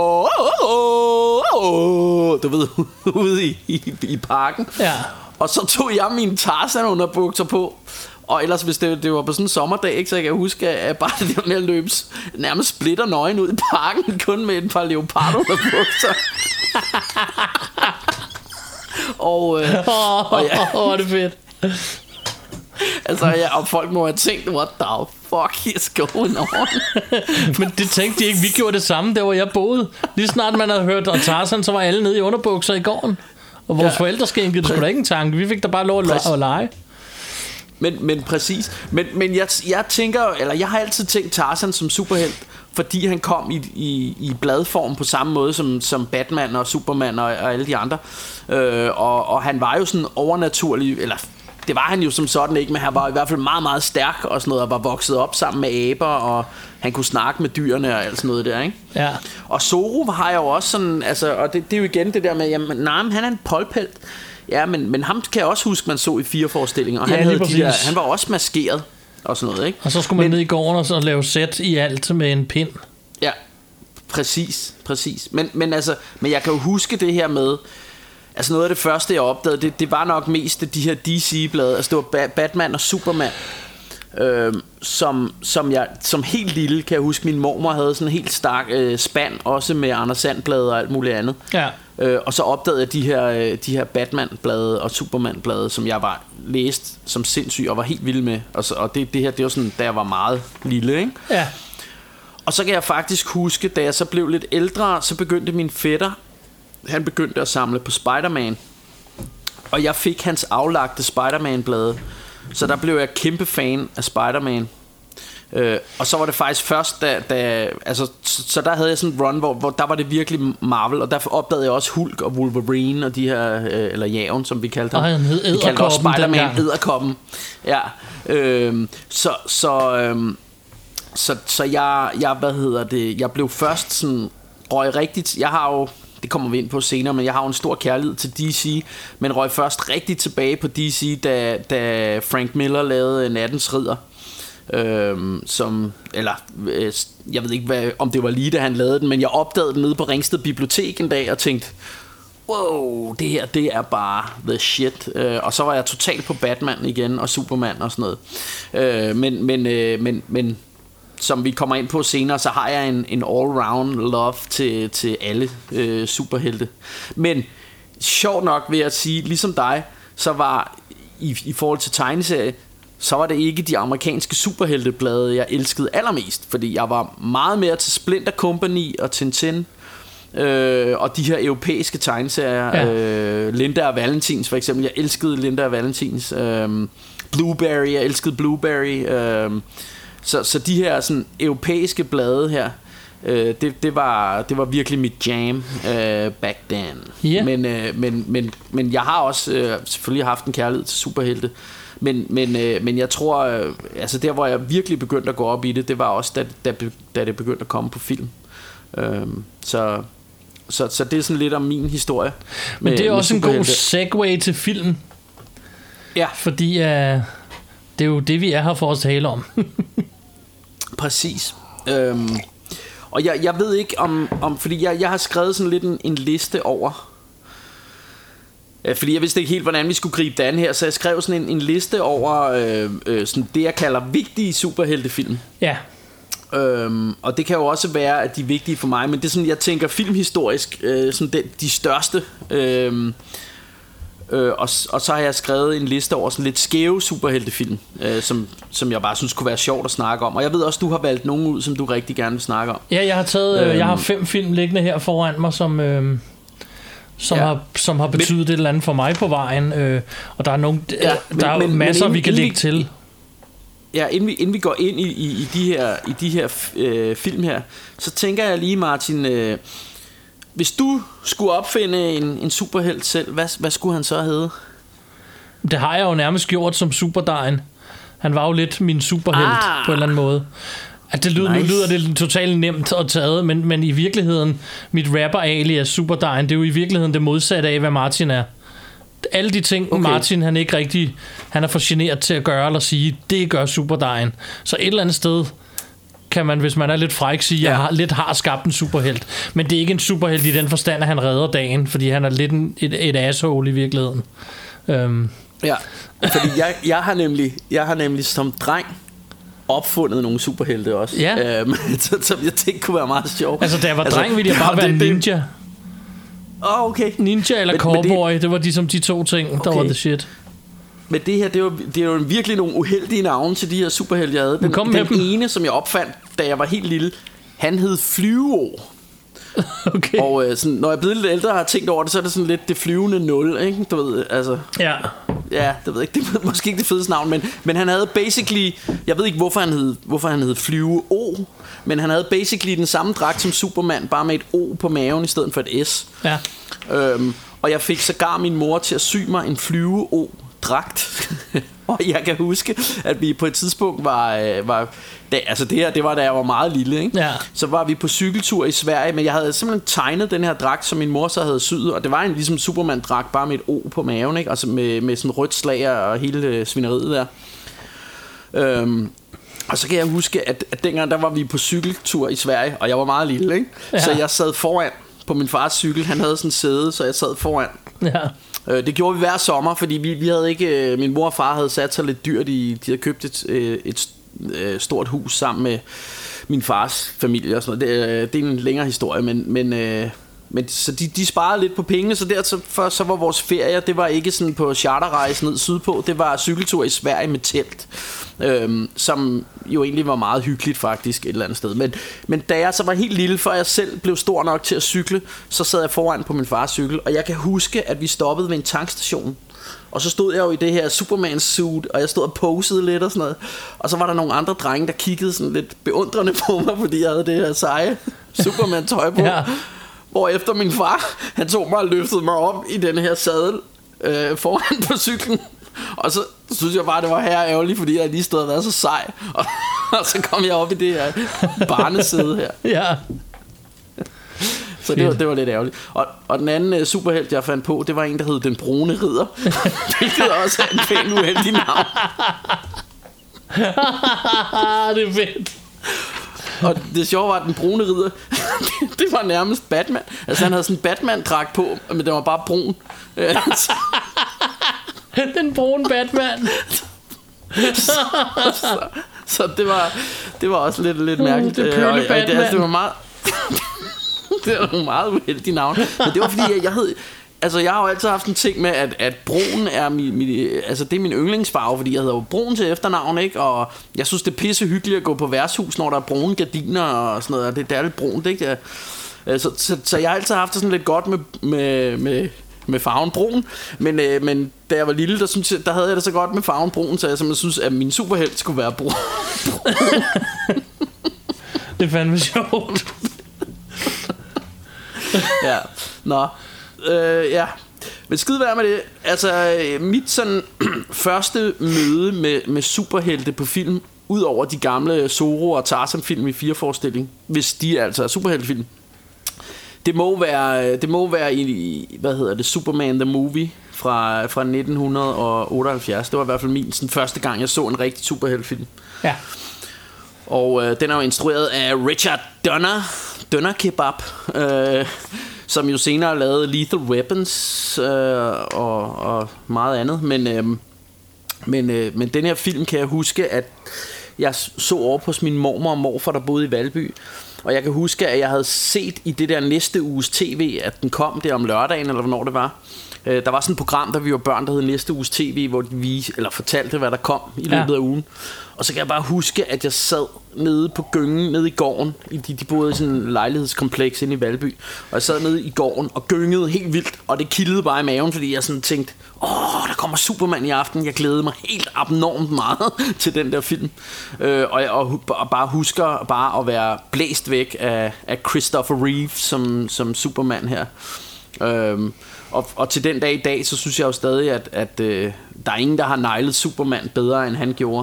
du ved, ude i parken. Ja. Og så tog jeg mine Tarzan-underbukser på. Og ellers hvis det var på sådan en sommerdag, ikke, så jeg kan huske, at bare det der med at løbe nærmest splitter nøgen ud i parken, kun med et par leopardunderbukser. og ja. Det er fedt. Altså, ja, og folk må have tænkt, what the fuck is going on? Men det tænkte de ikke. Vi gjorde det samme, der hvor jeg boede. Lige snart man havde hørt og Tarzan, så var alle nede i underbukser i gården. Og vores forældre skænkede det sgu da ikke en tanke. Vi fik da bare lov at lege. Men præcis. Men jeg tænker, eller jeg har altid tænkt Tarzan som superhelt, fordi han kom i bladform på samme måde som Batman og Superman og alle de andre. Og han var jo sådan overnaturlig, eller det var han jo som sådan ikke, men han var i hvert fald meget, meget stærk og sådan noget, og var vokset op sammen med aber, og han kunne snakke med dyrene og alt sådan noget der, ikke? Ja. Og Zorro har jeg jo også sådan, altså, og det er jo igen det der med, jamen, nej, han er en pulphelt. Ja, men ham kan jeg også huske, man så i 4 forestillinger, og han var også maskeret og sådan noget, ikke? Og så skulle man ned i gården og så lave sæt i alt med en pind. Ja, præcis. Men jeg kan jo huske det her med, altså noget af det første jeg opdagede, det var nok mest de her DC-blade. Altså det var Batman og Superman, som helt lille kan jeg huske, min mormor havde sådan en helt stark spand, også med Anders Sandblade og alt muligt andet. Ja. Og så opdagede jeg de her Batman-blade og Superman-blade, som jeg var læst som sindssyg og var helt vild med. Og det her, det var sådan, da jeg var meget lille, ikke? Ja. Og så kan jeg faktisk huske, da jeg så blev lidt ældre, så begyndte min fætter, han begyndte at samle på Spider-Man. Og jeg fik hans aflagte Spider-Man-blade. Så der blev jeg kæmpe fan af Spider-Man. Og så var det faktisk først så der havde jeg sådan en run, hvor der var det virkelig Marvel. Og derfor opdagede jeg også Hulk og Wolverine og de her, eller Javen, som vi kaldte ham. Og han hed Edderkoppen. Vi kaldte også Spider-Man Edderkoppen. Ja. Så jeg blev først sådan røg rigtigt. Jeg har jo, det kommer vi ind på senere, men jeg har jo en stor kærlighed til DC, men røg først rigtig tilbage på DC, da Frank Miller lavede Nattens Ridder. Jeg ved ikke om det var lige da han lavede den, men jeg opdagede den nede på Ringsted Bibliotek en dag og tænkte, wow, det her, det er bare the shit. Og så var jeg totalt på Batman igen og Superman og sådan noget. Men som vi kommer ind på senere, så har jeg en all-round love til alle superhelte. Men sjovt nok vil jeg sige, ligesom dig, så var i forhold til tegneserie, så var det ikke de amerikanske superhelteblade, jeg elskede allermest, fordi jeg var meget mere til Splinter Company og Tintin, og de her europæiske tegneserier, Linda og Valentins for eksempel. Jeg elskede Linda og Valentins. Blueberry, jeg elskede Blueberry. Så de her sådan europæiske blade her, det var virkelig mit jam back then. Men jeg har også selvfølgelig haft en kærlighed til superhelte. Men jeg tror, altså der hvor jeg virkelig begyndte at gå op i det, det var også da det begyndte at komme på film. Så det er sådan lidt om min historie. Men det er også en god segue til film. Ja. Fordi det er jo det, vi er her for at tale om. Præcis. Og jeg ved ikke om fordi jeg har skrevet sådan lidt en liste over, fordi jeg vidste ikke helt hvordan vi skulle gribe det an her, så jeg skrev sådan en liste over sådan det jeg kalder vigtige superheltefilm. Ja. Og det kan jo også være at de er vigtige for mig, men det er sådan jeg tænker filmhistorisk sådan de største. Og så har jeg skrevet en liste over sådan lidt skæve superheltefilm, som jeg bare synes kunne være sjovt at snakke om. Og jeg ved også du har valgt nogen ud som du rigtig gerne vil snakke om. Ja, jeg har taget jeg har 5 film liggende her foran mig som har betydet et eller andet for mig på vejen, og der er nogle masser vi kan lægge til. Ja, inden vi går ind i de her film her, så tænker jeg lige, Martin, hvis du skulle opfinde en superhelt selv, hvad skulle han så hedde? Det har jeg jo nærmest gjort som Superdejen. Han var jo lidt min superhelt på en eller anden måde. Altså, nu lyder det totalt nemt at tage, men i virkeligheden, mit rapper alias Superdejen, det er jo i virkeligheden det modsatte af, hvad Martin er. Alle de ting, Martin han ikke rigtig, han er for generet til at gøre eller sige, det gør Superdejen. Så et eller andet sted kan man, hvis man er lidt fræk, sige, jeg har skabt en superhelt. Men det er ikke en superhelt i den forstand, at han redder dagen, fordi han er lidt et asshole i virkeligheden. Ja, fordi jeg har nemlig som dreng opfundet nogle superhelte også, som jeg tænkte kunne være meget sjovt. Altså da jeg var dreng, ville jeg bare være ninja. Okay. Ninja eller cowboy, det var ligesom de 2 ting, der var the shit. Men det her, det er jo virkelig nogle uheldige navne til de her superhelte, jeg havde. Den ene, som jeg opfandt, da jeg var helt lille, han hed Flyveo. Okay. Og sådan, når jeg er blevet lidt ældre og har tænkt over det, så er det sådan lidt det flyvende 0, ikke? Du ved, altså. Ja. Ja, det ved jeg ikke, det er måske ikke det fedeste navn, men han havde basically, jeg ved ikke hvorfor han hed Flyveo, men han havde basically den samme dragt som Superman, bare med et O på maven i stedet for et S. Ja. Og jeg fik sågar min mor til at sy mig en Flyveo-dragt. Og jeg kan huske, at vi på et tidspunkt det var da jeg var meget lille, ikke? Ja. Så var vi på cykeltur i Sverige, men jeg havde simpelthen tegnet den her dragt, som min mor så havde syet, og det var en ligesom Superman-dragt, bare med et O på maven, ikke? Altså med sådan rødt slag og hele svineriet der. Og så kan jeg huske, at dengang der var vi på cykeltur i Sverige, og jeg var meget lille, ikke? Ja. Så jeg sad foran på min fars cykel. Han havde sådan en sæde, så jeg sad foran. Ja. Det gjorde vi hver sommer, fordi vi havde ikke, min mor og far havde sat sig lidt dyrt de havde købt et stort hus sammen med min fars familie og sådan noget. Det er en længere historie, men så de sparede lidt på pengene, så derfor så var vores ferie, det var ikke sådan på charterrejse ned sydpå, det var cykeltur i Sverige med telt, som jo egentlig var meget hyggeligt faktisk et eller andet sted. Men da jeg så var helt lille, før jeg selv blev stor nok til at cykle, så sad jeg foran på min fars cykel, og jeg kan huske, at vi stoppede ved en tankstation. Og så stod jeg jo i det her Superman suit, og jeg stod og posede lidt og sådan noget. Og så var der nogle andre drenge, der kiggede sådan lidt beundrende på mig, fordi jeg havde det her seje Superman tøj på. Ja. Hvorefter min far, han tog mig og løftede mig op i den her sadel foran på cyklen. Og så synes jeg bare, det var her ærgerligt, fordi jeg lige stod og været så sej. Og så kom jeg op i det her barnesæde her. Ja. Så det var lidt ærgerligt. Og den anden superhelt, jeg fandt på, det var en, der hed Den Brune Ridder. Hvilket også er en pæn uheldig navn. Det er fedt. Og det sjove var, at Den Brune Ridder, det var nærmest Batman. Altså han havde sådan en Batman-dragt på, men den var bare brun. Den brune Batman. Så det var også lidt mærkeligt. Det er Pearly Batman. Det var meget det var nogle meget uheldige navn. Men det var fordi jeg hed, altså jeg har jo altid haft en ting med at brun er altså det er min yndlingsfarve, fordi jeg hedder jo brun til efternavn, ikke? Og jeg synes det er pisse hyggeligt at gå på værtshus, når der er brune gardiner og sådan noget, og det er lidt brunt, ikke? Så jeg har altid haft det sådan lidt godt med farven brun, men da jeg var lille, der havde jeg det så godt med farven brun, så jeg simpelthen synes, at min superhelt skulle være brun. Det er fandme sjovt. Ja, nå. Ja, men skide være med det. Altså, mit sådan første møde med superhelte på film, ud over de gamle Zorro og Tarzan-film i 4-forestilling, hvis de altså er superheltefilm, det må være i hvad hedder det, Superman the Movie fra 1978. Det var i hvert fald min sådan, første gang jeg så en rigtig superheltefilm. Ja. Og den er jo instrueret af Richard Donner Kebab, som jo senere lavede Lethal Weapons og meget andet. Men den her film kan jeg huske, at jeg så over på min mormor og morfar, der boede i Valby. Og jeg kan huske, at jeg havde set i det der næste uges tv, at den kom der om lørdagen, eller hvornår det var. Der var sådan et program, da vi var børn, der hed Næste Uges TV, hvor de fortalte, hvad der kom i løbet af ugen. Og så kan jeg bare huske, at jeg sad nede på gyngen, nede i gården. De boede i sådan en lejlighedskompleks inde i Valby. Og jeg sad nede i gården og gyngede helt vildt. Og det kildede bare i maven, fordi jeg sådan tænkte, der kommer Superman i aften. Jeg glædede mig helt abnormt meget til den der film. Og bare husker bare at være blæst væk af Christopher Reeve som Superman her. Og til den dag i dag, så synes jeg jo stadig, at der er ingen, der har neglet Superman bedre, end han gjorde.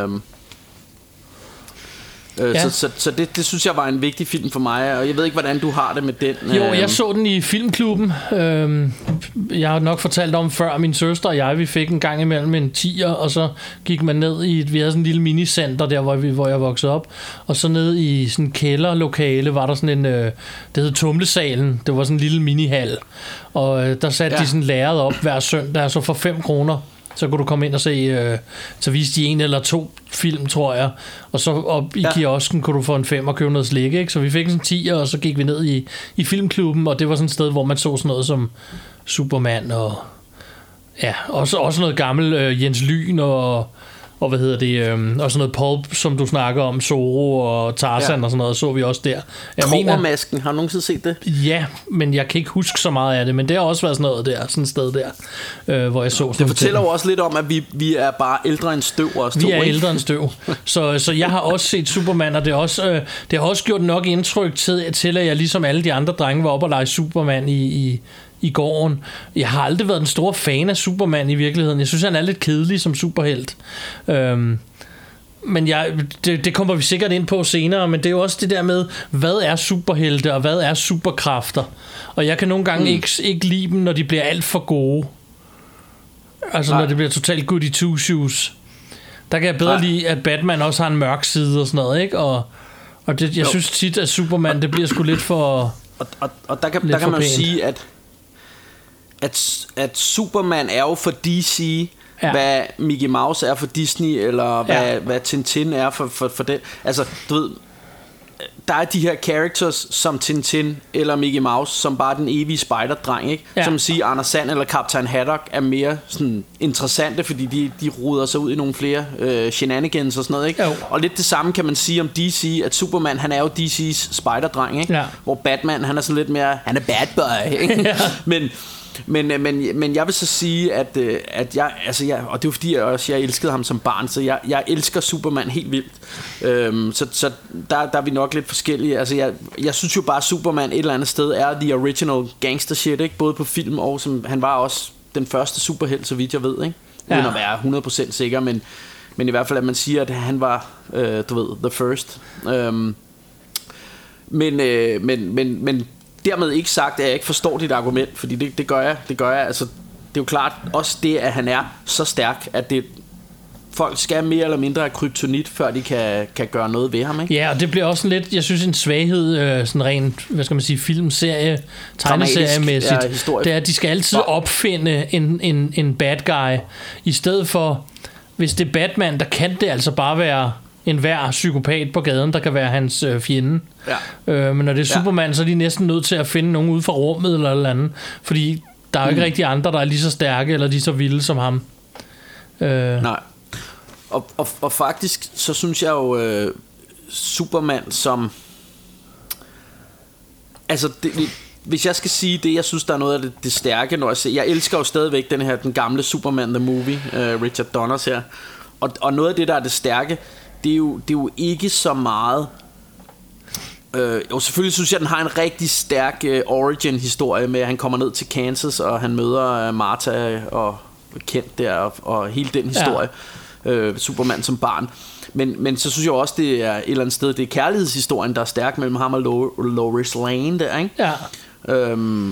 Ja. Så det synes jeg var en vigtig film for mig. Og jeg ved ikke, hvordan du har det med den. Jo, jeg så den i filmklubben. Jeg har nok fortalt om før, min søster og jeg, vi fik en gang imellem en 10'er, og så gik man ned i vi havde sådan en lille minicenter der, hvor jeg voksede op, og så ned i sådan en kælderlokale var der sådan en, det hed Tumlesalen. Det var sådan en lille minihal, og der satte de sådan lærred op hver søndag, så for 5 kroner. Så kunne du komme ind og se, så viste de 1 eller 2 film, tror jeg. Og så op i kiosken kunne du få en 5 og købe noget slik, ikke? Så vi fik sådan 10'er, og så gik vi ned i filmklubben, og det var sådan et sted, hvor man så sådan noget som Superman, og ja, også noget gammel Jens Lyn, og hvad hedder det, og sådan noget Pulp, som du snakker om, Zorro og Tarzan og sådan noget, så vi også der. Troermasken, har du nogensinde set det? Ja, men jeg kan ikke huske så meget af det, men det har også været sådan noget der, sådan et sted der, hvor jeg så sådan. Det fortæller jo også lidt om, at vi er bare ældre end støv også. Vi er ældre end støv. Så jeg har også set Superman, og det har også gjort nok indtryk til, at jeg ligesom alle de andre drenge var oppe og lege Superman i gården. Jeg har aldrig været en stor fan af Superman i virkeligheden. Jeg synes, han er lidt kedelig som superhelt. Men det kommer vi sikkert ind på senere, men det er jo også det der med, hvad er superhelte, og hvad er superkræfter? Og jeg kan nogle gange ikke lide dem, når de bliver alt for gode. Altså når det bliver totalt goody two shoes. Der kan jeg bedre lide, at Batman også har en mørk side og sådan noget, ikke? Og jeg synes tit, at Superman, det bliver sgu lidt for... Og der kan man jo sige, at Superman er jo for DC, hvad Mickey Mouse er for Disney, eller hvad Tintin er for den. Altså, du ved, der er de her characters som Tintin eller Mickey Mouse, som bare den evige spejderdreng, ikke? Som man siger, Anders Sand eller Kaptajn Haddock er mere sådan interessante, fordi de ruder sig ud i nogle flere shenanigans og sådan noget, ikke? Og lidt det samme kan man sige om DC, at Superman, han er jo DC's spejderdreng, ikke? Hvor Batman, han er sådan lidt mere, han er bad boy, ikke? Men jeg vil så sige, at jeg, og det er jo fordi jeg elskede ham som barn, så jeg elsker Superman helt vildt. Så der er vi nok lidt forskellige. Altså jeg synes jo bare, at Superman et eller andet sted er the original gangster shit, ikke? Både på film og som han var også den første superhelt, så vidt jeg ved, ikke? Uden at være 100% sikker, men i hvert fald at man siger, at han var du ved, the first. Men dermed ikke sagt, at jeg ikke forstår dit argument, fordi det gør jeg. Altså, det er jo klart også det, at han er så stærk, at folk skal mere eller mindre af kryptonit, før de kan gøre noget ved ham, ikke? Ja, og det bliver også lidt, jeg synes, en svaghed, sådan rent, hvad skal man sige, filmserie, tegneseriemæssigt. Det er, at de skal altid opfinde en bad guy, i stedet for, hvis det er Batman, der kan det altså bare være enhver psykopat på gaden, der kan være hans fjende. Ja. Men når det er Superman, så er de næsten nødt til at finde nogen ude fra rummet eller andet, fordi der er jo ikke rigtig andre, der er lige så stærke eller lige så vilde som ham. Nej. Og faktisk, så synes jeg jo, Superman som... Altså, hvis jeg skal sige det, jeg synes, der er noget af det stærke, når jeg ser... Jeg elsker jo stadigvæk den gamle Superman The Movie, Richard Donners her. Og noget af det, der er det stærke, det er jo ikke så meget... Jo, selvfølgelig synes jeg, den har en rigtig stærk origin-historie med, at han kommer ned til Kansas, og han møder Martha og Kent der, og hele den historie. Superman som barn. Men så synes jeg også, det er et eller andet sted, det er kærlighedshistorien, der er stærk mellem ham og Lois Lane der, ikke? Ja.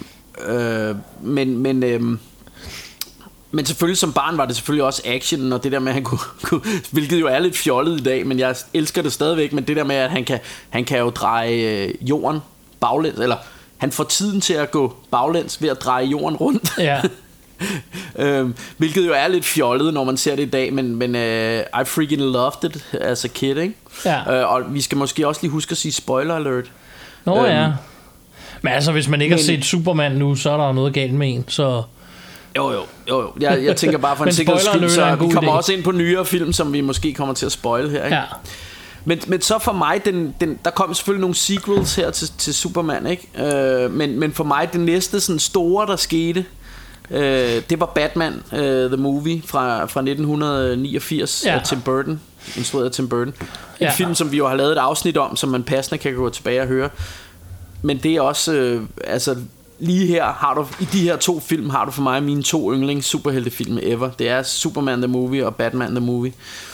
Men selvfølgelig som barn var det selvfølgelig også action, og det der med, at han kunne hvilket jo er lidt fjollet i dag, men jeg elsker det stadigvæk, men det der med, at han kan jo dreje jorden baglæns, eller han får tiden til at gå baglæns ved at dreje jorden rundt. Ja. Hvilket jo er lidt fjollet, når man ser det i dag, men I freaking loved it as a kid, ikke? Ja. Og vi skal måske også lige huske at sige spoiler alert. Nå ja. Men altså, hvis man ikke har set Superman nu, så er der noget galt med en, så... Jo. Jeg tænker bare for en sikkerheds skyld, så vi kommer også ind på nyere film, som vi måske kommer til at spoile her, ikke? Ja. Men så for mig, der kom selvfølgelig nogle sequels her til Superman, ikke? Men for mig, det næste sådan store, der skete, det var Batman The Movie fra 1989 af Tim Burton, instrueret af Tim Burton. En film, som vi jo har lavet et afsnit om, som man passende kan gå tilbage og høre. Men det er også, altså lige her har du, i de her 2 film har du for mig mine 2 yndlings superheltefilm ever. Det er Superman The Movie og Batman The Movie.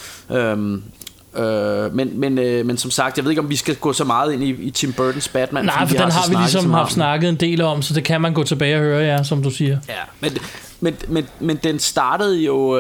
Men som sagt, jeg ved ikke om vi skal gå så meget ind i Tim Burtons Batman. Nej, for den har vi ligesom haft snakket en del om, så det kan man gå tilbage og høre, ja, som du siger. Ja, men den startede jo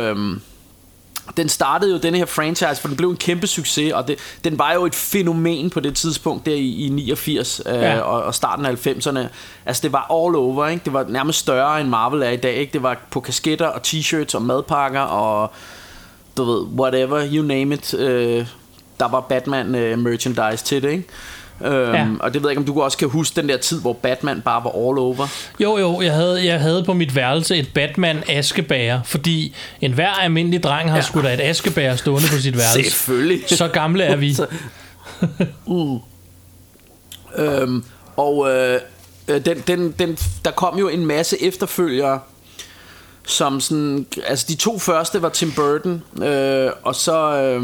den her franchise, for den blev en kæmpe succes, og den var jo et fænomen på det tidspunkt der i 89 og starten af 90'erne. Altså det var all over, ikke? Det var nærmest større end Marvel er i dag, ikke? Det var på kasketter og t-shirts og madpakker og du ved, whatever, you name it. Der var Batman merchandise til det, ikke? Og det ved jeg ikke, om du også kan huske den der tid, hvor Batman bare var all over. Jo, jeg havde på mit værelse et Batman askebæger, fordi enhver almindelig dreng har sgu da et askebæger stående på sit værelse. Selvfølgelig. Så gamle er vi. Der kom jo en masse efterfølgere, som sådan, altså de 2 første var Tim Burton, og så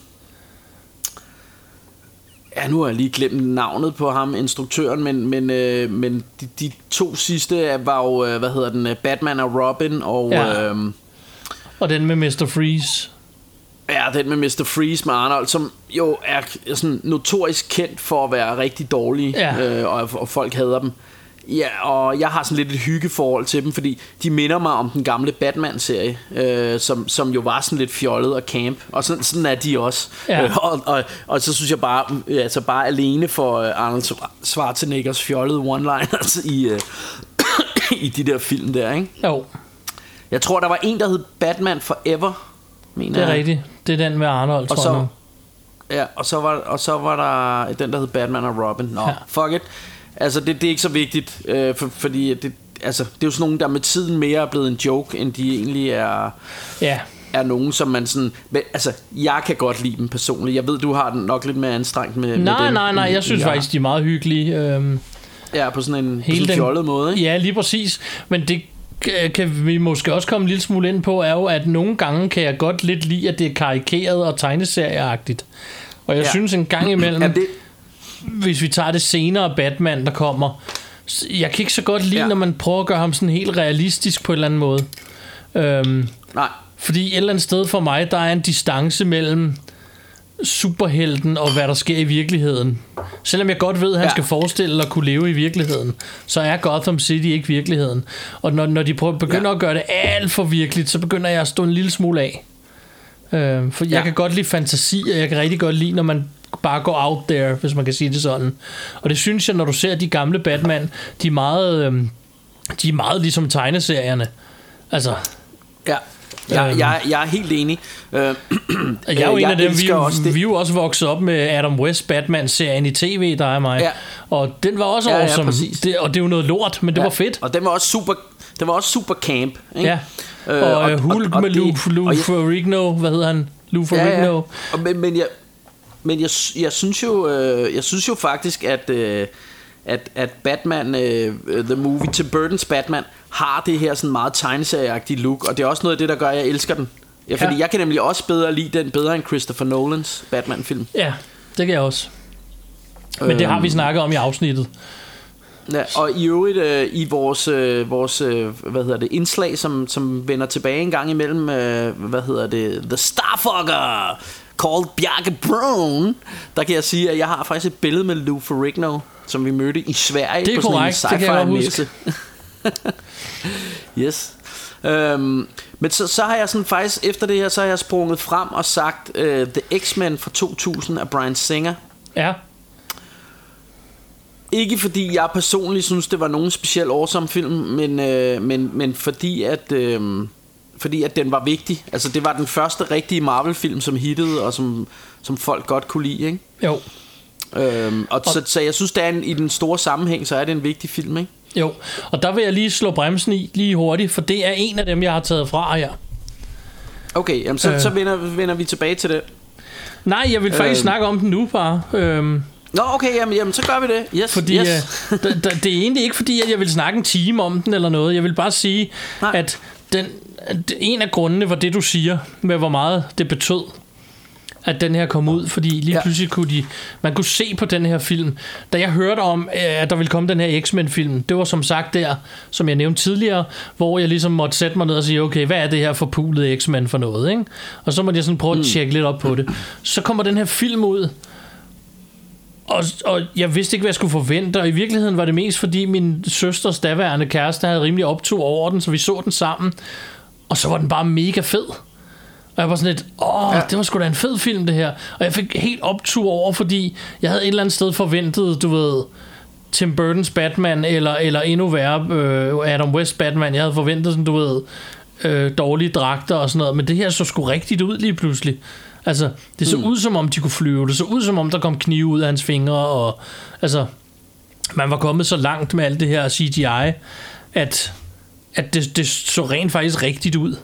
nu har jeg lige glemt navnet på ham, instruktøren, men de 2 sidste var jo, Batman og Robin, og og den med Mr. Freeze. Ja, den med Mr. Freeze med Arnold, som jo er sådan notorisk kendt for at være rigtig dårlige, og folk hader dem. Ja, og jeg har sådan lidt et hyggeforhold til dem, fordi de minder mig om den gamle Batman-serie, som jo var sådan lidt fjollet og camp, og sådan er de også. Og så synes jeg bare alene for Arnold Schwarzeneggers fjollede one-liners i de der film der, ikke? Jo. Jeg tror, der var en, der hed Batman Forever, mener det er rigtigt. Det er den med Arnold, tror jeg. Ja, og så var der den, der hed Batman og Robin. Nå, fuck it. Altså det er ikke så vigtigt, fordi det er jo sådan nogle, der med tiden mere er blevet en joke, end de egentlig er. Er nogen, som man sådan... Altså, jeg kan godt lide dem personligt. Jeg ved, du har den nok lidt mere anstrengt med dem. Nej, jeg synes faktisk, de er meget hyggelige. På sådan en fjollet måde, ikke? Ja, lige præcis. Men det kan vi måske også komme en lille smule ind på, er jo, at nogle gange kan jeg godt lidt lide, at det er karikeret og tegneserieagtigt. Og jeg synes en gang imellem... Hvis vi tager det senere Batman, der kommer, jeg kan ikke så godt lide, når man prøver at gøre ham sådan helt realistisk på en eller anden måde. Nej. Fordi et eller andet sted for mig, der er en distance mellem superhelten og hvad der sker i virkeligheden. Selvom jeg godt ved, at han skal forestille at kunne leve i virkeligheden, så er Gotham City ikke virkeligheden. Og når de begynder at gøre det alt for virkeligt, så begynder jeg at stå en lille smule af. For jeg kan godt lide fantasi, og jeg kan rigtig godt lide, når man bare går out there, hvis man kan sige det sådan. Og det synes jeg, når du ser de gamle Batman, de er meget ligesom tegneserierne. Altså. Ja. Jeg er helt enig. Jeg er jo en af dem, vi er jo også vokset op med Adam West Batman-serien i tv, der er mig. Ja. Og den var også awesome. Og det er jo noget lort, men det var fedt. Og den var også super camp, ikke? Ja. Og Hulk med Lou Ferrigno, hvad hedder han? Lou Ferrigno. Ja. Men jeg synes jo faktisk at Batman The Movie, Tim Burton's Batman, har det her sådan meget tegneserieagtige look, og det er også noget af det, der gør, at jeg elsker den. Fordi jeg kan nemlig også bedre lide den bedre end Christopher Nolans Batman-film. Ja, det kan jeg også. Men det har vi snakket om i afsnittet. Ja, og i øvrigt i vores indslag, som vender tilbage en gang imellem, The Starfucker, called Bjarke Brown, der kan jeg sige, at jeg har faktisk et billede med Lou Ferrigno, som vi mødte i Sverige på sådan en sci-fi-messe. Yes. Men så har jeg sådan faktisk efter det her, så har jeg sprunget frem og sagt The X-Men fra 2000 af Bryan Singer. Ja. Ikke fordi jeg personligt synes det var nogen speciel awesome film, men fordi at den var vigtig. Altså det var den første rigtige Marvel-film, som hittede og som folk godt kunne lide, ikke? Jo. Så jeg synes, det er i den store sammenhæng, så er det en vigtig film, ikke? Jo, og der vil jeg lige slå bremsen i lige hurtigt, for det er en af dem, jeg har taget fra her. Okay, jamen så vender vi tilbage til det. Nej, jeg vil faktisk snakke om den nu bare. Nå, okay, jamen så gør vi det. Yes, fordi det er egentlig ikke fordi, at jeg vil snakke en time om den eller noget. Jeg vil bare sige, at en af grundene var det, du siger, med hvor meget det betød, at den her kom ud, fordi lige pludselig man kunne se på den her film. Da jeg hørte om, at der ville komme den her X-Men-film, det var som sagt der, som jeg nævnte tidligere, hvor jeg ligesom måtte sætte mig ned og sige, okay, hvad er det her forpulede X-Men for noget, ikke? Og så måtte jeg sådan prøve at tjekke lidt op på det. Så kommer den her film ud, og jeg vidste ikke, hvad jeg skulle forvente, og i virkeligheden var det mest, fordi min søsters daværende kæreste havde rimelig optur over den, så vi så den sammen, og så var den bare mega fed. Og jeg var sådan lidt, det var sgu da en fed film, det her. Og jeg fik helt optur over, fordi jeg havde et eller andet sted forventet, du ved, Tim Burton's Batman, eller endnu værre, Adam West Batman. Jeg havde forventet sådan, du ved, dårlige dragter og sådan noget. Men det her så sgu rigtigt ud lige pludselig. Altså, det så ud som om, de kunne flyve. Det så ud som om, der kom knive ud af hans fingre. Og altså, man var kommet så langt med alt det her CGI, at det så rent faktisk rigtigt ud.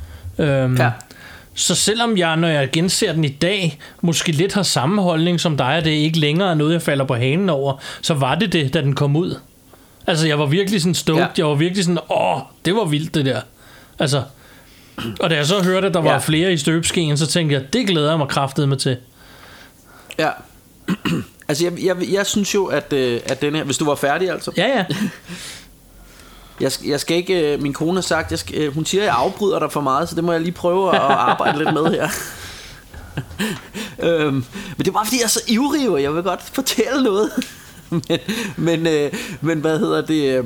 Så selvom jeg, når jeg genser den i dag, måske lidt har samme holdning som dig, og det er ikke længere noget, jeg falder på hanen over, så var det, da den kom ud. Altså, jeg var virkelig sådan stoked. Jeg var virkelig sådan, det var vildt, det der. Altså, og da jeg så hørte, at der var flere i støbeskeen, så tænkte jeg, det glæder jeg mig kraftedeme til. Ja. Altså, jeg synes jo, at den her... Hvis du var færdig, altså. Ja. Jeg skal ikke... Min kone har sagt... hun siger, at jeg afbryder dig for meget, så det må jeg lige prøve at arbejde lidt med her. Men det er bare fordi, jeg er så ivrig, og jeg vil godt fortælle noget. men hvad hedder det...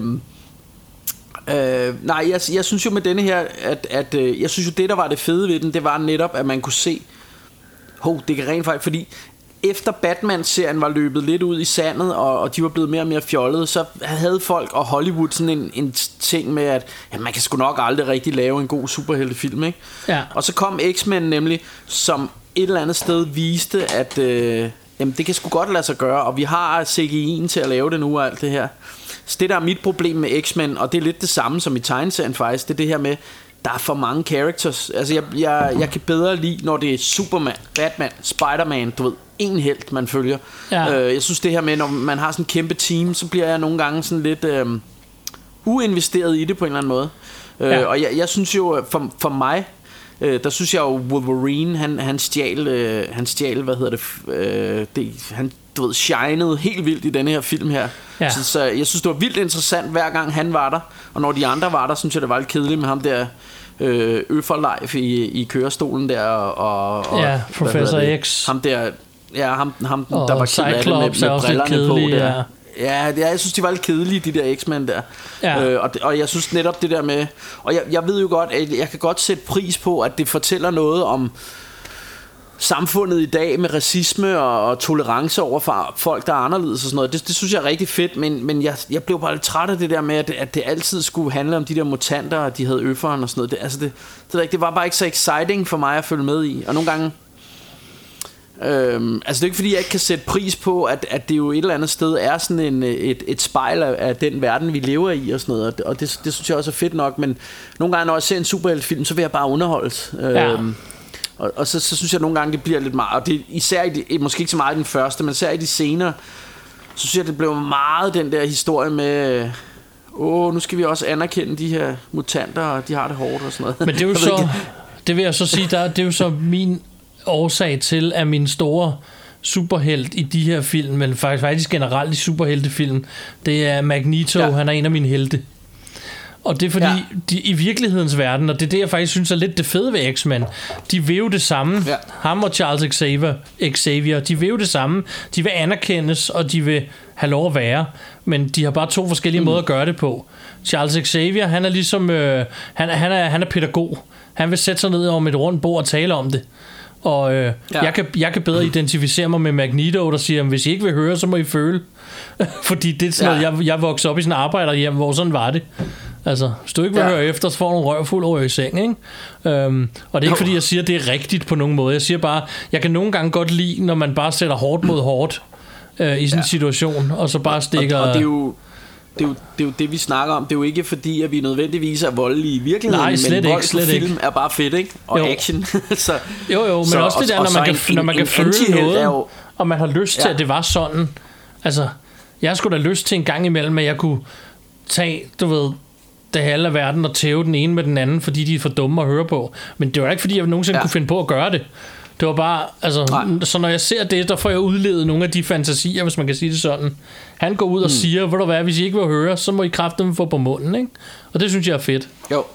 nej, jeg synes jo med denne her, at jeg synes jo, det der var det fede ved den, det var netop, at man kunne se... det kan rent faktisk... Fordi... Efter Batman-serien var løbet lidt ud i sandet, og de var blevet mere og mere fjollede, så havde folk og Hollywood sådan en ting med, at man kan sgu nok aldrig rigtig lave en god superheltefilm, ikke? Ja. Og så kom X-Men nemlig, som et eller andet sted viste, at det kan sgu godt lade sig gøre, og vi har CGI'en til at lave det nu og alt det her. Så det der er mit problem med X-Men, og det er lidt det samme som i tegneserien faktisk, det er det her med, der er for mange characters. Altså jeg kan bedre lide, når det er Superman, Batman, Spider-Man, du ved, en helt man følger. Jeg synes det her med, når man har sådan en kæmpe team, så bliver jeg nogle gange sådan lidt uinvesteret i det på en eller anden måde. Og jeg synes jo, for mig, der synes jeg jo, Wolverine, han stjal, hvad hedder det, han, du ved, shinede helt vildt i denne her film her. Ja. Så jeg synes det var vildt interessant hver gang han var der, og når de andre var der, synes jeg det var lidt kedeligt med ham der Øfferleif i kørestolen der, og Professor X, ham der, ham der var ked af det med brillerne på der. Ja, jeg synes de var lidt kedelige, de der X-Men der. Og jeg synes netop det der med, og jeg ved jo godt, at jeg kan godt sætte pris på, at det fortæller noget om samfundet i dag med racisme og tolerance over for folk, der er anderledes og sådan noget. Det synes jeg er rigtig fedt, men jeg blev bare lidt træt af det der med, at det altid skulle handle om de der mutanter, og de havde øfferen og sådan noget. Det var bare ikke så exciting for mig at følge med i. Og nogle gange... det er ikke fordi jeg ikke kan sætte pris på at det jo et eller andet sted er sådan et spejl af den verden vi lever i og sådan noget, og det synes jeg også er fedt nok, men nogle gange når jeg ser en superheltfilm, så vil jeg bare underholdes. Og så synes jeg nogle gange det bliver lidt meget, og det især måske ikke så meget i den første, men især i de senere, så synes jeg det blev meget den der historie med nu skal vi også anerkende de her mutanter, og de har det hårdt og sådan noget. Men det er jo så, det vil jeg så sige, det er jo så min årsag til, at min store superhelt i de her film, men faktisk generelt i superheltefilm, det er Magneto. Han er en af mine helte. Og det er fordi, de, i virkelighedens verden, og det er det, jeg faktisk synes er lidt det fede ved X-Men, de vil jo det samme. Ham og Charles Xavier, de vil jo det samme. De vil anerkendes, og de vil have lov at være. Men de har bare to forskellige måder at gøre det på. Charles Xavier, han er ligesom, han er pædagog. Han vil sætte sig ned om et rundt bord og tale om det. Og jeg kan bedre identificere mig med Magneto, der siger, hvis I ikke vil høre, så må I føle. Fordi det er sådan noget, jeg voksede op i sådan en arbejderhjem, hvor sådan var det. Altså, hvis du ikke vil høre efter, så får du en røvfuld over i seng, ikke? Og det er ikke fordi jeg siger, at det er rigtigt på nogen måde. Jeg siger bare, jeg kan nogle gange godt lide, når man bare sætter hårdt mod hårdt i sådan en situation, og så bare stikker... Og det er jo det vi snakker om. Det er jo ikke fordi at vi nødvendigvis er voldelige i virkeligheden. Nej, slet men ikke, slet film ikke. Er bare fedt, ikke? Og action. Så, jo, men så, også det der, når man kan føle noget, og man har lyst til, at det var sådan. Altså, jeg skulle da lyst til en gang imellem, at jeg kunne tage, du ved, det halve af verden og tæve den ene med den anden, fordi de er for dumme at høre på. Men det var ikke fordi jeg nogensinde kunne finde på at gøre det. Det var bare, altså, så når jeg ser det, der får jeg udlevet nogle af de fantasier, hvis man kan sige det sådan. Han går ud og siger, ved du hvad, hvis I ikke vil høre, så må I kraftedeme få på munden, ikke? Og det synes jeg er fedt. Jo.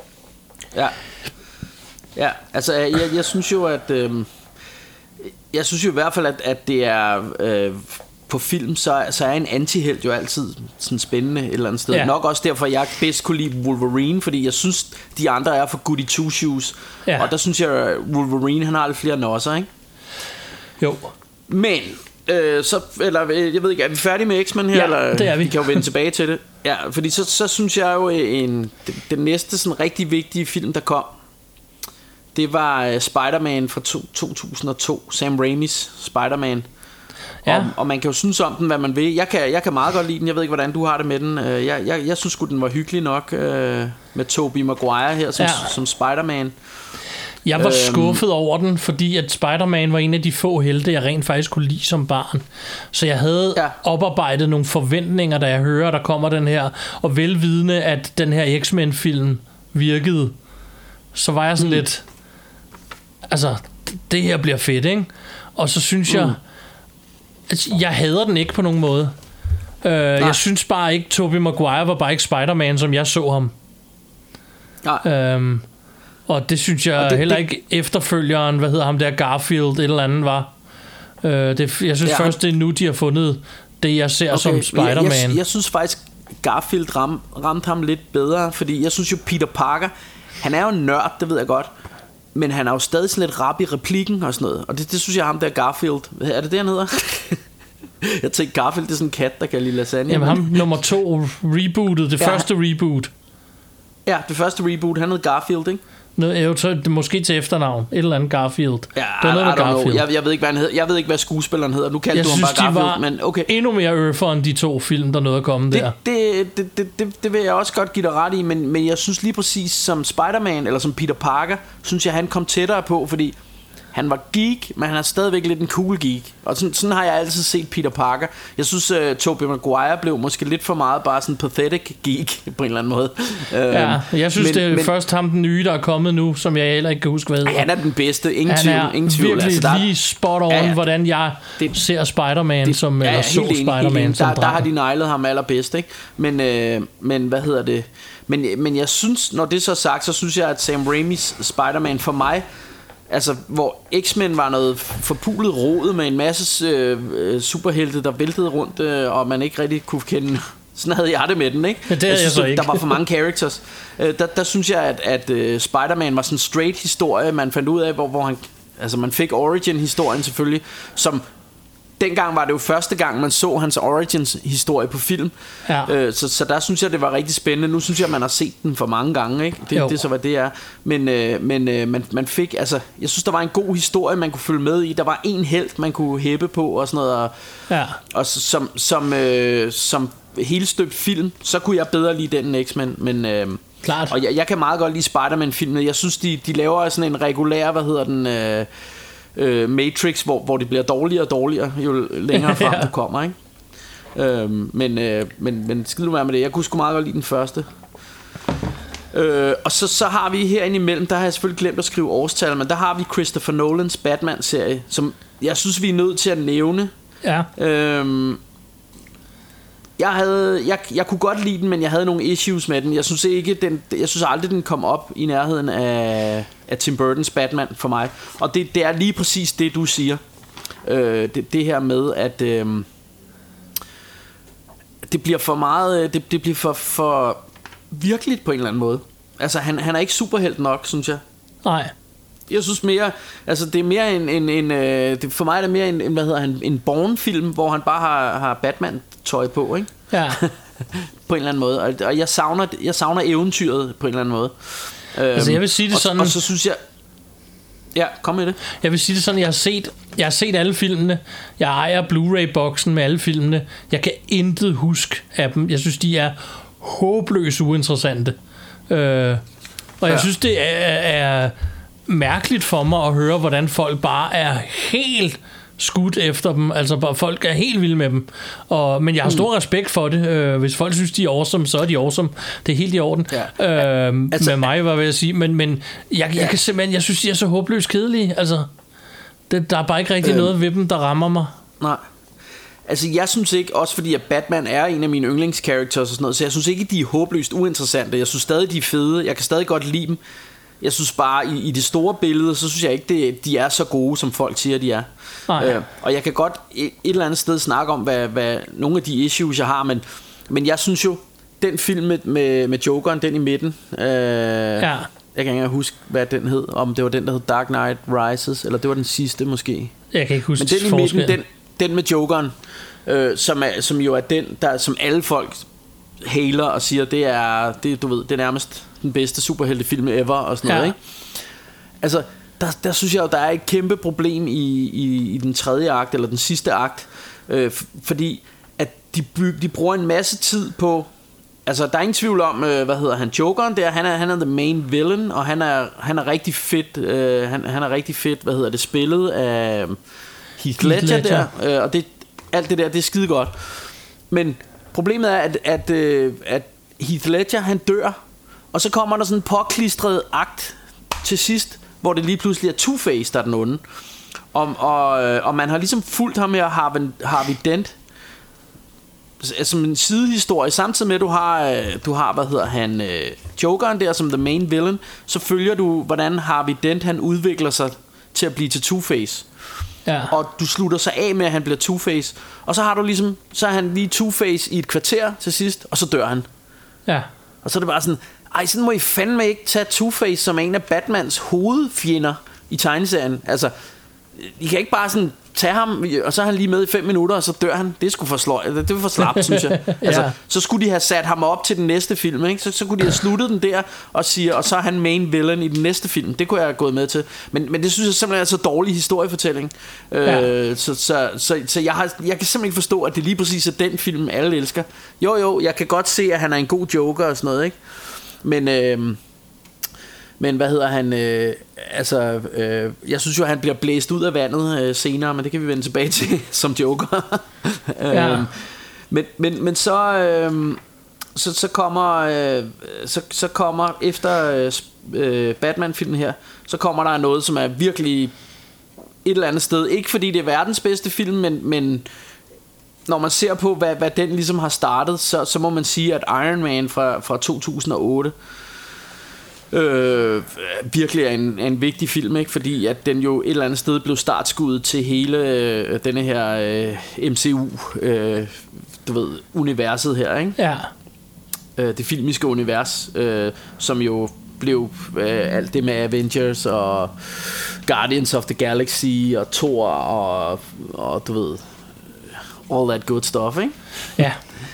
Ja, altså, jeg synes jo, at... jeg synes jo i hvert fald, at det er... på film, så er en antihelt jo altid sådan spændende et eller andet sted. Nok også derfor, jeg bedst kunne lide Wolverine, fordi jeg synes, de andre er for goody two shoes. Og der synes jeg, Wolverine, han har lidt flere nosser, ikke? Jo. Men, jeg ved ikke, er vi færdige med X-Men her? Ja, eller? Det er vi. Vi kan jo vende tilbage til det. Ja, fordi så synes jeg jo, den næste sådan rigtig vigtige film, der kom, det var Spider-Man fra 2002, Sam Raimis Spider-Man. Og man kan jo synes om den, hvad man vil. Jeg kan meget godt lide den. Jeg ved ikke, hvordan du har det med den. Jeg synes sgu, den var hyggelig nok med Tobey Maguire her som Spider-Man. Jeg var skuffet over den, fordi at Spider-Man var en af de få helte, jeg rent faktisk kunne lide som barn. Så jeg havde oparbejdet nogle forventninger, da jeg hører, der kommer den her, og velvidende, at den her X-Men-film virkede, så var jeg sådan lidt, altså, det her bliver fedt, ikke? Og så synes jeg, jeg hader den ikke på nogen måde. Jeg synes bare ikke, Tobey Maguire var bare ikke Spider-Man, som jeg så ham. Og det synes jeg heller ikke efterfølgeren, hvad hedder ham der, Garfield, et eller andet var. Jeg synes først, det er nu, de har fundet det, jeg ser som Spider-Man. Jeg synes faktisk, Garfield ramte ham lidt bedre, fordi jeg synes jo, Peter Parker, han er jo en nørd, det ved jeg godt, men han er jo stadig sådan lidt rap i replikken og sådan noget. Og det synes jeg, ham der Garfield, er det han hedder? Jeg tænkte, Garfield, det er sådan en kat, der kan lide lasagne. Jamen ham nummer 2 rebootet, det første reboot. Ja, det første reboot, han hed Garfield, ikke? Måske til efternavn. Et eller andet Garfield. Ja, det noget med Garfield. Jeg ved ikke, hvad han hedder. Jeg ved ikke, hvad skuespilleren hedder. Nu kaldte du ham bare Garfield, men okay. Endnu mere øffer end de to film, der nåede at komme der. Det vil jeg også godt give dig ret i, men jeg synes lige præcis som Spider-Man, eller som Peter Parker, synes jeg, han kom tættere på, fordi han var geek, men han er stadigvæk lidt en cool geek. Og sådan har jeg altid set Peter Parker. Jeg synes, Tobey Maguire blev måske lidt for meget bare sådan pathetic geek på en eller anden måde. Jeg synes, det er først ham den nye, der er kommet nu, som jeg heller ikke kan huske, hvad hedder. Han er den bedste, ingen tvivl. Han er virkelig lige spot on, hvordan jeg ser Spider-Man som, eller så Spider-Man som der har de nejlet ham allerbedst, ikke? Men hvad hedder det? Men jeg synes, når det så er sagt, så synes jeg, at Sam Raimis Spider-Man for mig, altså hvor X-Men var noget forpulet rod med en masse superhelte, der væltede rundt, og man ikke rigtig kunne kende. Sådan havde jeg det med den, ikke? Men det jeg synes, så ikke. Der var for mange characters. Der synes jeg, at Spider-Man var sådan en straight historie. Man fandt ud af, hvor han Altså man fik origin-historien selvfølgelig, som dengang var det jo første gang man så hans origins-historie på film. Så der synes jeg det var rigtig spændende. Nu synes jeg man har set den for mange gange, ikke? Det er så hvad det er. Men man fik, altså jeg synes der var en god historie man kunne følge med i. Der var en helt man kunne hæppe på og sådan noget. Og som helstøbt film, så kunne jeg bedre lide den X-Men. Men klart. Og jeg kan meget godt lide Spider-Man-filmen. Jeg synes de laver sådan en regulær, Matrix, hvor det bliver dårligere og dårligere jo længere frem du kommer, ikke? Men skid nu være med det. Jeg kunne sgu meget godt lide den første. Og så har vi herinde imellem, der har jeg selvfølgelig glemt at skrive årstal, men der har vi Christopher Nolans Batman-serie, som jeg synes vi er nødt til at nævne. Jeg kunne godt lide den, men jeg havde nogle issues med den. Jeg synes aldrig den kom op i nærheden af Tim Burtons Batman for mig. Og det er lige præcis det du siger. Det her med at det bliver for meget, det bliver for virkeligt på en eller anden måde. Altså han er ikke superhelt nok, synes jeg. Nej. Jeg synes mere, altså det er mere en for mig er det mere en Bourne-film, hvor han bare har Batman-tøj på, ikke? Ja. På en eller anden måde. Og jeg savner eventyret på en eller anden måde. Altså jeg vil sige det sådan. Og så synes jeg. Ja, kom med det. Jeg vil sige det sådan, jeg har set alle filmene. Jeg ejer Blu-ray-boksen med alle filmene. Jeg kan intet huske af dem. Jeg synes de er håbløst uinteressante. Og jeg synes det er mærkeligt for mig at høre, hvordan folk bare er helt skudt efter dem. Altså bare folk er helt vilde med dem. Men jeg har stor respekt for det. Hvis folk synes de er awesome, så er de awesome. Det er helt i orden. Med mig, hvad vil jeg sige. Men jeg kan simpelthen, jeg synes de er så håbløst kedelige. Altså der er bare ikke rigtig noget ved dem, der rammer mig. Nej. Altså jeg synes ikke, også fordi at Batman er en af mine yndlingscharacters og sådan noget, så jeg synes ikke de er håbløst uinteressante. Jeg synes stadig de er fede. Jeg kan stadig godt lide dem. Jeg synes bare i det store billede, så synes jeg ikke de er så gode som folk siger de er. Og jeg kan godt et eller andet sted snakke om hvad nogle af de issues jeg har, men jeg synes jo den film med Jokeren, den i midten, jeg kan ikke engang huske hvad den hed, om det var den der hed Dark Knight Rises, eller det var den sidste måske. Jeg kan ikke huske. Men den i midten, den med Jokeren, som jo er den der, som alle folk haler og siger det du ved, det er nærmest den bedste superheltefilm ever og sådan noget, ikke? Altså der synes jeg jo der er et kæmpe problem i den tredje akt eller den sidste akt, fordi at de bruger en masse tid på, altså der er ingen tvivl om Jokeren der, han er the main villain, og han er rigtig fedt, han er rigtig fedt, spillet af Heath Ledger der, og det alt det der, det er skide godt. Men problemet er at Heath Ledger han dør, og så kommer der sådan en påklistret akt til sidst, hvor det lige pludselig er Two-Face der er den onde. Og man har ligesom fulgt ham med Harvey Dent som en sidehistorie, samtidig med at du har Jokeren der som the main villain, så følger du hvordan Harvey Dent han udvikler sig til at blive til Two-Face. Og du slutter sig af med at han bliver Two-Face, og så har du ligesom, så er han lige Two-Face i et kvarter til sidst, og så dør han. Og så er det bare sådan, sådan må I fandme ikke tage Two-Face som en af Batmans hovedfjender i tegneserien. Altså I kan ikke bare sådan tage ham, og så er han lige med i 5 minutter, og så dør han. Det er sgu det er for slapt, synes jeg. Altså, så skulle de have sat ham op til den næste film, ikke? Så kunne de have sluttet den der og så er han main villain i den næste film. Det kunne jeg have gået med til. Men det synes jeg simpelthen er så dårlig historiefortælling. Så jeg kan simpelthen ikke forstå, at det lige præcis er den film alle elsker. Jo, jeg kan godt se, at han er en god joker og sådan noget, ikke? Men jeg synes jo at han bliver blæst ud af vandet senere, men det kan vi vende tilbage til som Joker. Men så kommer efter Batman-filmen her, så kommer der noget som er virkelig et eller andet sted, ikke fordi det er verdens bedste film, men når man ser på hvad den ligesom har startet, så må man sige at Iron Man fra 2008 virkelig er en vigtig film, ikke? Fordi at den jo et eller andet sted blev startskuddet til hele denne her MCU du ved, universet her, ikke? Det filmiske univers, som jo blev alt det med Avengers og Guardians of the Galaxy og Thor og du ved, all that good stuff, ikke? Ja.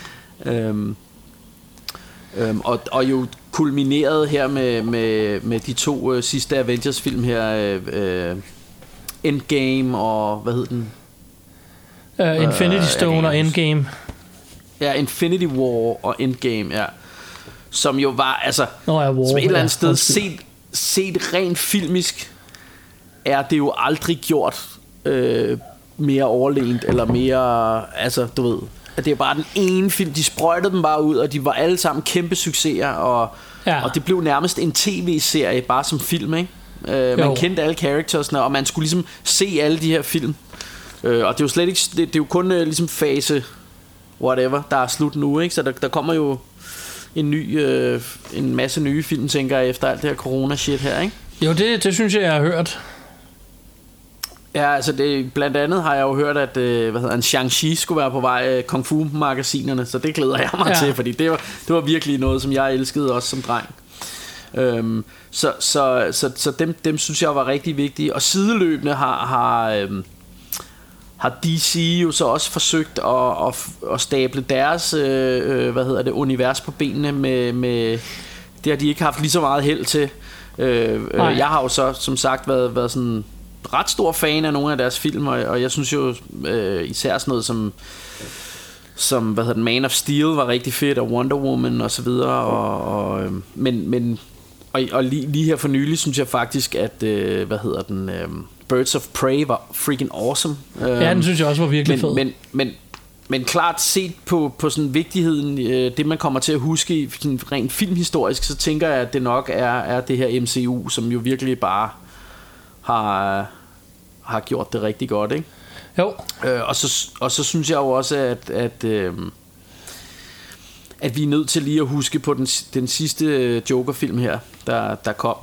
Og jo kulmineret her med de 2 sidste Avengers film her, Endgame og hvad hed den? Infinity Stone og Endgame. Ja, Infinity War og Endgame, ja. Som jo var, altså, War, som et eller andet sted set rent filmisk, er det jo aldrig gjort mere overlegent, eller mere, altså, du ved, at det er bare den ene film, de sprøjtede dem bare ud, og de var alle sammen kæmpe succeser, og det blev nærmest en tv-serie, bare som film, ikke? Man kendte alle charactersne, og man skulle ligesom se alle de her film. Og det er jo slet ikke, det er jo kun ligesom fase whatever, der er slut nu, ikke? Så der kommer jo en masse nye film, tænker jeg, efter alt det her corona shit her, ikke? Jo, det synes jeg har hørt. Ja, altså det, blandt andet har jeg jo hørt, at Shang-Chi skulle være på vej, Kung Fu magasinerne, så det glæder jeg mig til, fordi det var virkelig noget, som jeg elskede også som dreng. Så dem synes jeg var rigtig vigtige. Og sideløbende har DC jo så også forsøgt at stable deres univers på benene med det har de ikke haft lige så meget held til. Jeg har jo så som sagt været sådan ret stor fan af nogle af deres film, og jeg synes jo især sådan noget som Man of Steel var rigtig fedt, og Wonder Woman og så videre, men lige her for nylig synes jeg faktisk at Birds of Prey var freaking awesome. Ja, den synes jeg også var virkelig fed. Men klart set på sådan vigtigheden, det man kommer til at huske rent filmhistorisk, så tænker jeg at det nok er det her MCU, som jo virkelig bare har gjort det rigtig godt, ikke? Jo. Og så synes jeg jo også at vi er nødt til lige at huske på den sidste Joker-film her, der kom,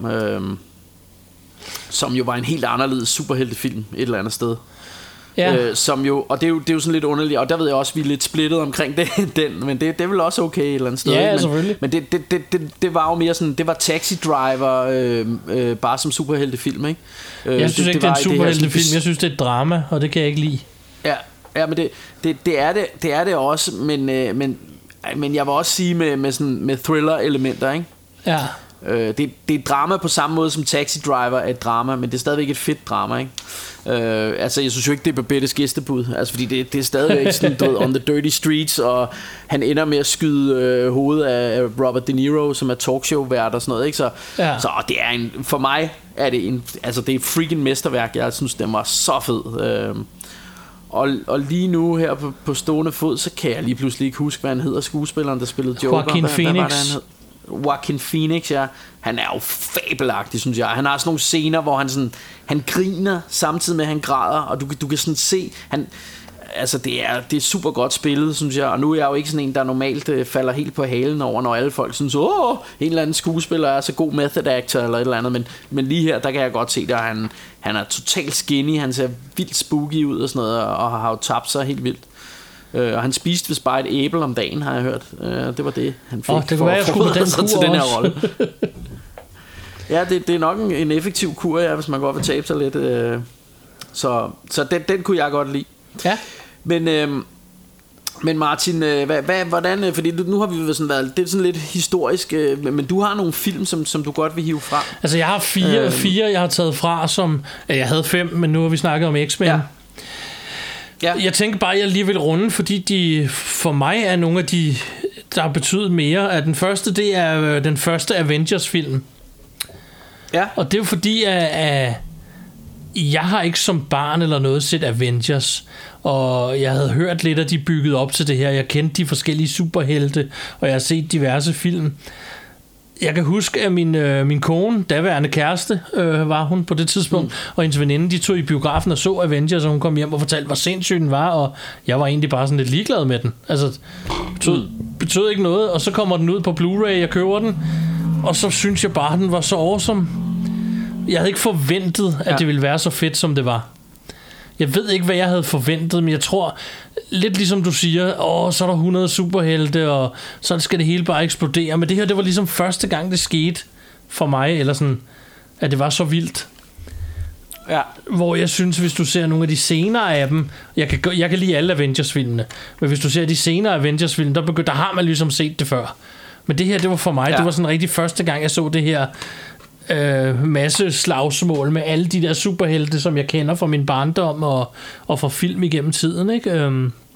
som jo var en helt anderledes superheltefilm et eller andet sted. Ja. Som jo, og det er jo sådan lidt underligt, og der ved jeg også, vi er lidt splittet omkring den, men det er vel også okay et eller andet sted. Ja, selvfølgelig. Men det var jo mere sådan, det var Taxi Driver bare som superheltefilm, ikke? Jeg synes ikke, det er en superheltefilm, jeg synes, det er et drama, og det kan jeg ikke lide. Ja, men det er det også, men jeg vil også sige med thriller-elementer, ikke? Ja. Det er et drama på samme måde som Taxi Driver er et drama, men det er stadigvæk et fedt drama, ikke? Altså jeg synes jo ikke det er Babettes gæstebud, altså fordi det er stadigvæk sådan, du ved, on the dirty streets, og han ender med at skyde hovedet af Robert De Niro, som er talkshow-vært og sådan noget, ikke? Så det er for mig er det altså det er et freaking mesterværk. Jeg synes den var så fed. Og lige nu her på stående fod, så kan jeg lige pludselig ikke huske hvad han hedder, skuespilleren der spillede Joker. Joaquin Phoenix. Joaquin Phoenix, ja. Han er jo fabelagtig, synes jeg. Han har sådan nogle scener, hvor han griner samtidig med at han græder, og du kan sådan se altså det er super godt spillet, synes jeg. Og nu er jeg jo ikke sådan en der normalt falder helt på halen over, når alle folk synes en eller anden skuespiller er så god method actor eller et eller andet, men lige her der kan jeg godt se det. Han er totalt skinny, han ser vildt spooky ud og sådan noget, og har jo tabt sig helt vildt. Og han spiste vist bare et æble om dagen, har jeg hørt. Det var det han fik det for at forberede sig til den her rolle. Ja, det er nok en effektiv kur, ja, hvis man godt vil tabe sig lidt. Så den kunne jeg godt lide. Ja. Men Martin, hvordan, fordi nu har vi sådan været, det er sådan lidt historisk, men du har nogle film, som du godt vil hive frem. Altså jeg har fire jeg har taget fra, som jeg havde 5, men nu har vi snakket om X-Men. Ja. Jeg tænker bare, at jeg lige vil runde, fordi de for mig er nogle af de, der har betydet mere. At den første, det er den første Avengers-film. Ja. Og det er jo fordi, at jeg har ikke som barn eller noget set Avengers, og jeg havde hørt lidt, at de byggede op til det her. Jeg kendte de forskellige superhelte, og jeg har set diverse film. Jeg kan huske, at min kone, daværende kæreste, var hun på det tidspunkt, og hendes veninde, de tog i biografen og så Avengers, og hun kom hjem og fortalte, hvor sindssyg den var, og jeg var egentlig bare sådan lidt ligeglad med den. Altså, betød ikke noget, og så kommer den ud på Blu-ray, jeg køber den, og så synes jeg bare, den var så awesome. Jeg havde ikke forventet, at det ville være så fedt, som det var. Jeg ved ikke, hvad jeg havde forventet, men jeg tror, lidt ligesom du siger, så er der 100 superhelte, og så skal det hele bare eksplodere. Men det her, det var ligesom første gang, det skete for mig, eller sådan, at det var så vildt. Ja. Hvor jeg synes, hvis du ser nogle af de senere af dem, jeg kan lide alle Avengers-filmene, men hvis du ser de senere Avengers-film, der har man ligesom set det før. Men det her, det var for mig, det var sådan rigtig første gang, jeg så det her masse slagsmål med alle de der superhelte, som jeg kender fra min barndom og fra film igennem tiden, ikke?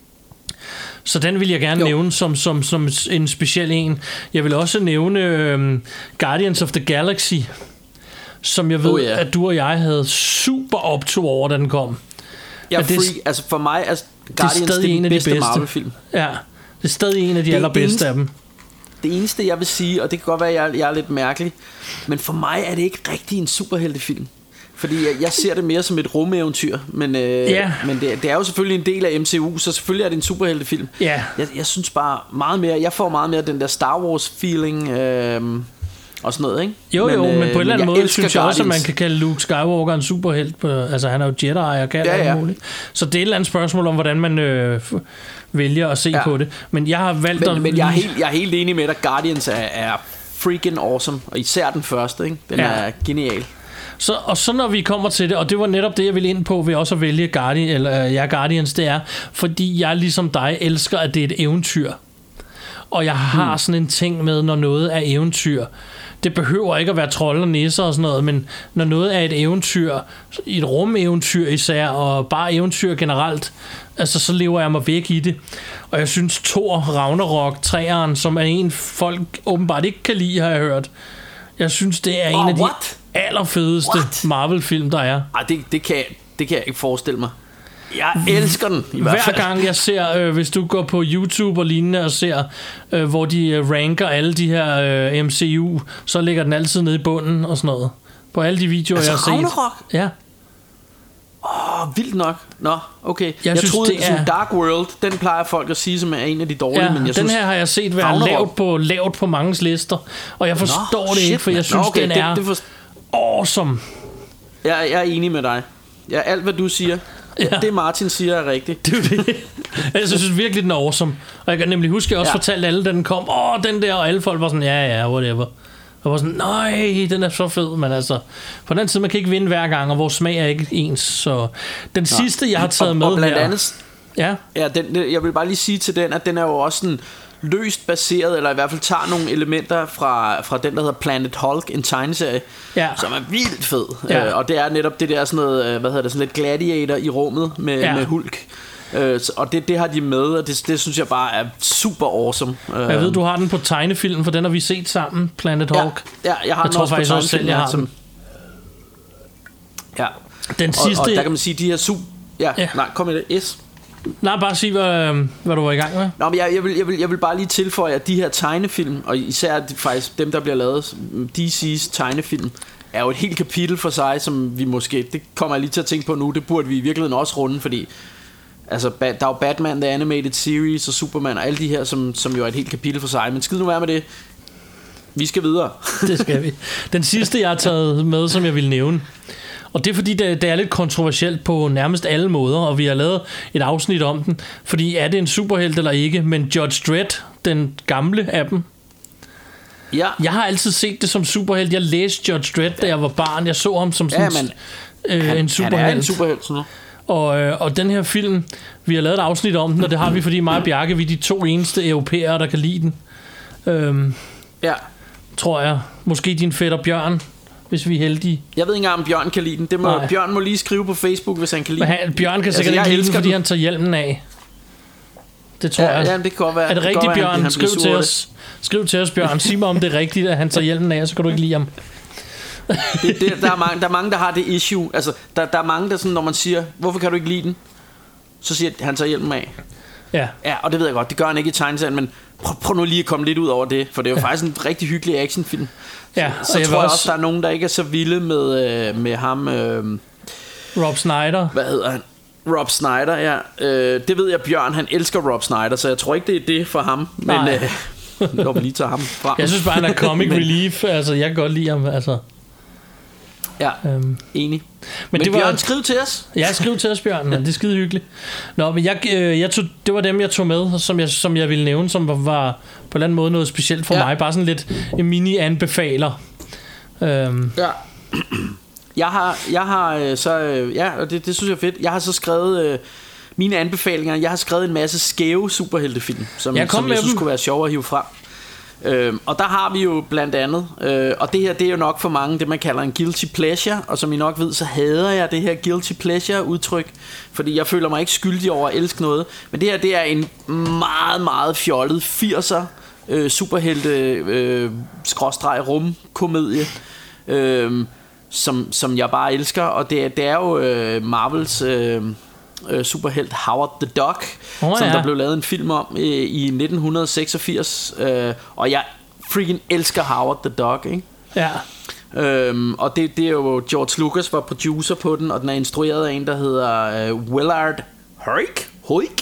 Så den vil jeg gerne nævne som en speciel en. Jeg vil også nævne Guardians of the Galaxy, som jeg ved, at du og jeg havde super optog over, da den kom. Ja, altså for mig er Guardians det er den bedste Marvel-film. Ja, det er stadig en af de allerbedste af dem. Det eneste, jeg vil sige, og det kan godt være, at jeg er lidt mærkelig, men for mig er det ikke rigtig en superheltefilm. Fordi jeg ser det mere som et rumeventyr. Men det er jo selvfølgelig en del af MCU, så selvfølgelig er det en superheltefilm. Yeah. Jeg synes bare meget mere, jeg får meget mere den der Star Wars feeling og sådan noget, ikke? Jo, men på en eller anden måde synes jeg også, at man kan kalde Luke Skywalker en superhelt. Altså han er jo Jedi og kan alt muligt. Så det er et eller andet spørgsmål om, hvordan man vælger at se på det. Men jeg har valgt men jeg er helt enig med dig. Guardians er freaking awesome. Og især den første, ikke? Den er genial. Så når vi kommer til det, og det var netop det, jeg ville ind på ved også at vælge Guardians, det er, fordi jeg ligesom dig elsker, at det er et eventyr. Og jeg har sådan en ting med, når noget er eventyr. Det behøver ikke at være trolde og nisser og sådan noget, men når noget er et eventyr, et rumeventyr især, og bare eventyr generelt, altså så lever jeg mig væk i det. Og jeg synes Thor Ragnarok 3'eren, som er en folk åbenbart ikke kan lide, har jeg hørt. Jeg synes, det er en af de allerfedeste Marvel-film, der er. Det kan jeg ikke forestille mig. Jeg elsker den i hvert fald. Hver gang jeg ser, hvis du går på YouTube og lignende og ser, hvor de ranker alle de her MCU, så ligger den altid nede i bunden og sådan noget. På alle de videoer, jeg har set. Ragnarok? Ja. Vildt nok. Nå, okay. Jeg synes, troede, at Dark World, den plejer folk at sige, som er en af de dårlige, men jeg synes, den her har jeg set være lavt på manges lister, og jeg forstår det ikke, for jeg synes, den er awesome. Jeg er enig med dig. Alt, hvad du siger, det Martin siger er rigtigt. Det. Jeg synes virkelig, den er awesome. Og jeg kan nemlig huske, at jeg også fortalte alle, da den kom, den der, og alle folk var sådan, ja, whatever. Jeg var sådan, nej, den er så fed. Men altså, på den tid, man kan ikke vinde hver gang, og vores smag er ikke ens. Så den sidste, jeg har taget med blandt her andet, jeg vil bare lige sige til den, at den er jo også sådan løst baseret, eller i hvert fald tager nogle elementer fra den, der hedder Planet Hulk, en tegneserie, som er vildt fed. Og det er netop det der sådan noget, sådan lidt gladiator i rummet med Hulk. Og det har de med, og det synes jeg bare er super awesome. Jeg ved, du har den på tegnefilm, for den har vi set sammen, Planet Hulk. Ja, jeg har den også på tegnefilm. Jeg har den. Ja. Den sidste... og der kan man sige, de her nej, kom med det. Nej, bare sig, hvad du var i gang med. Nå, men jeg vil bare lige tilføje, at de her tegnefilm, og især faktisk dem, der bliver lavet, DC's tegnefilm, er jo et helt kapitel for sig, som vi måske, det kommer jeg lige til at tænke på nu, det burde vi i virkeligheden også runde, fordi altså, der er jo Batman, The Animated Series og Superman og alle de her, som jo er et helt kapitel for sig, men skid nu være med det. Vi skal videre. Det skal vi. Den sidste, jeg har taget med, som jeg vil nævne, og det er fordi, det er lidt kontroversielt på nærmest alle måder, og vi har lavet et afsnit om den, fordi er det en superhelt eller ikke, men Judge Dredd, den gamle af dem, jeg har altid set det som superhelt. Jeg læste Judge Dredd, da jeg var barn. Jeg så ham som sådan en superhelt. Han er en superhelt, sådan noget. Og den her film, vi har lavet et afsnit om den, og det har vi, fordi mig og Bjarke, vi er de 2 eneste europæere, der kan lide den. Tror jeg. Måske din fætter Bjørn, hvis vi er heldige. Jeg ved ikke engang, om Bjørn kan lide den. Bjørn må lige skrive på Facebook, hvis han kan lide den. Bjørn kan sikkert ikke lide den, fordi han tager hjelmen af. Det tror jeg. Ja, det kan godt være. Er det rigtigt, Bjørn? Skriv til os, Bjørn. Sig mig, om det er rigtigt, at han tager hjelmen af, så kan du ikke lide ham. Der er mange, der har det issue. Altså, der er mange, der sådan, når man siger, hvorfor kan du ikke lide den? Så siger han tager hjelmen af. Ja, og det ved jeg godt. Det gør han ikke i tegneserien, men prøv nu lige at komme lidt ud over det, for det er jo faktisk en rigtig hyggelig actionfilm. Så jeg tror også, der er nogen, der ikke er så vilde med ham. Rob Snyder. Hvad hedder han? Rob Snyder, det ved jeg, Bjørn, han elsker Rob Snyder, så jeg tror ikke, det er det for ham. Men når vi lige tager ham frem. Jeg synes bare, han er comic relief. Altså, jeg kan godt lide ham, altså. Ja, enig. Men det Bjørn, skriv til os. Ja, skriv til os, Bjørn. Det er skide hyggeligt. Nå, men det var dem, jeg tog med, som jeg ville nævne, som var på en eller anden måde noget specielt for mig. Bare sådan lidt en mini-anbefaler. Ja. Og det synes jeg er fedt. Jeg har så skrevet mine anbefalinger. Jeg har skrevet en masse skæve superheltefilm, som jeg synes kunne være sjov at hive frem. Og der har vi jo blandt andet og det her, det er jo nok for mange det man kalder en guilty pleasure. Og som I nok ved, så hader jeg det her guilty pleasure udtryk, fordi jeg føler mig ikke skyldig over at elske noget. Men det her, det er en meget, meget fjollet 80'er superhelte skråstreg rumkomedie, som jeg bare elsker. Og det er jo Marvels superhelt Howard the Duck, som der blev lavet en film om i 1986, og jeg freaking elsker Howard the Duck, ikke? Ja. Og det er jo George Lucas var producer på den, og den er instrueret af en der hedder Willard Huyck.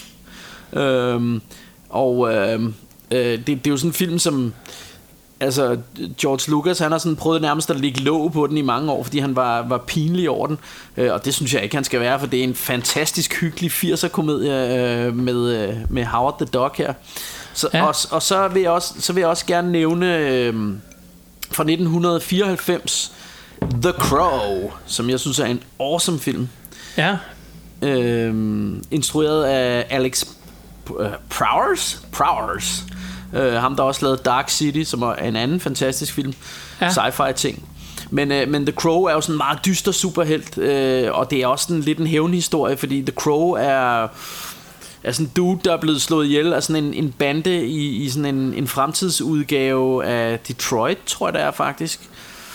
Det er jo sådan en film som, altså George Lucas, han har sådan prøvet nærmest at lægge låg på den i mange år, fordi han var pinlig over den, og det synes jeg ikke han skal være, for det er en fantastisk hyggelig 80'er komedie med Howard the Duck her. Så, ja. Og så vil jeg også gerne nævne fra 1994 The Crow, som jeg synes er en awesome film. Ja. Instrueret af Alex Prowers. Ham der også lavede Dark City, som er en anden fantastisk film, sci-fi ting. Men The Crow er jo sådan en meget dyster superhelt, og det er også sådan lidt en hævnhistorie, fordi The Crow er sådan en dude, der er blevet slået ihjel af sådan en bande i sådan en fremtidsudgave af Detroit, tror jeg det er faktisk.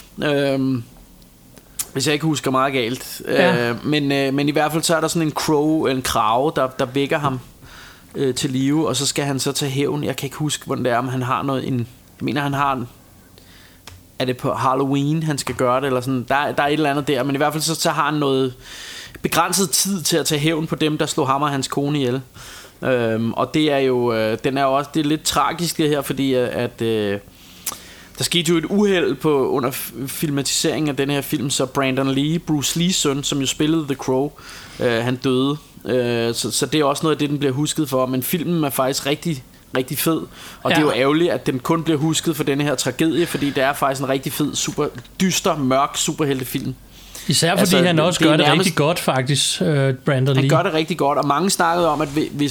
Hvis jeg ikke husker meget galt. Men i hvert fald så er der sådan en krage, der vækker ham til live, og så skal han så tage hævn. Jeg kan ikke huske hvordan det er, men han har noget jeg mener han har er det på Halloween han skal gøre det eller sådan. Der er et eller andet der, men i hvert fald så har han noget begrænset tid til at tage hævn på dem der slog ham og hans kone ihjel. Og det er jo den er jo også, det er lidt tragisk det her, fordi at der skete jo et uheld under filmatiseringen af den her film, så Brandon Lee, Bruce Lees søn, som jo spillede The Crow, han døde. Så det er også noget af det den bliver husket for. Men filmen er faktisk rigtig, rigtig fed. Og det er jo ærgerligt at den kun bliver husket for denne her tragedie, fordi det er faktisk en rigtig fed, super dyster, mørk superheltefilm. Især fordi han også gør det nærmest rigtig godt faktisk, Brandon Lee. Han gør det rigtig godt. Og mange snakkede om at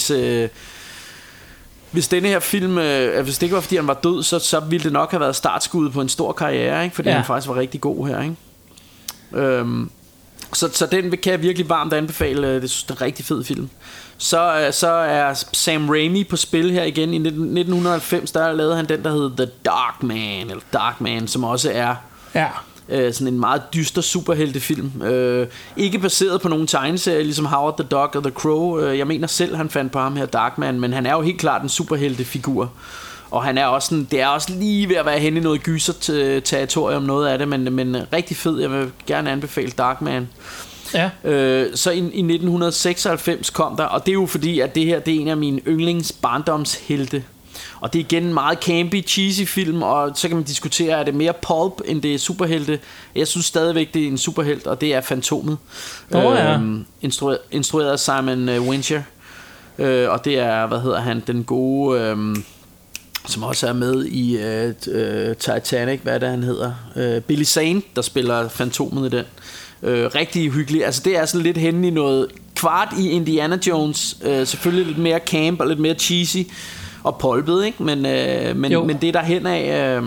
hvis denne her film hvis det ikke var fordi han var død, så ville det nok have været startskuddet på en stor karriere, ikke? Fordi han faktisk var rigtig god her, ikke? Så den kan jeg virkelig varmt anbefale. Det er en rigtig fed film. Så er Sam Raimi på spil her igen. I 1990 der lavede han den der hed The Dark Man, som også er sådan en meget dyster superheltefilm. Ikke baseret på nogen tegneserie ligesom Howard the Duck og The Crow. Jeg mener selv han fandt på ham her Darkman, men han er jo helt klart en superheltefigur. Og han er også sådan, det er også lige ved at være henne i noget gyser-territorium, noget af det, men rigtig fed. Jeg vil gerne anbefale Darkman. Ja. Så i 1996 kom der, og det er jo fordi at det her, det er en af mine yndlings barndomshelte. Og det er igen en meget campy, cheesy film, og så kan man diskutere, er det mere pulp end det er superhelte. Jeg synes stadigvæk det er en superhelt, og det er Fantomet. Instrueret af Simon Winchester. Og det er, hvad hedder han, den gode som også er med i Titanic, hvad er det han hedder, Billy Zane, der spiller Fantomet i den. Rigtig hyggelig. Altså det er sådan lidt henne i noget kvart i Indiana Jones, selvfølgelig lidt mere camp og lidt mere cheesy og pulpet, ikke? Men det er derhen af,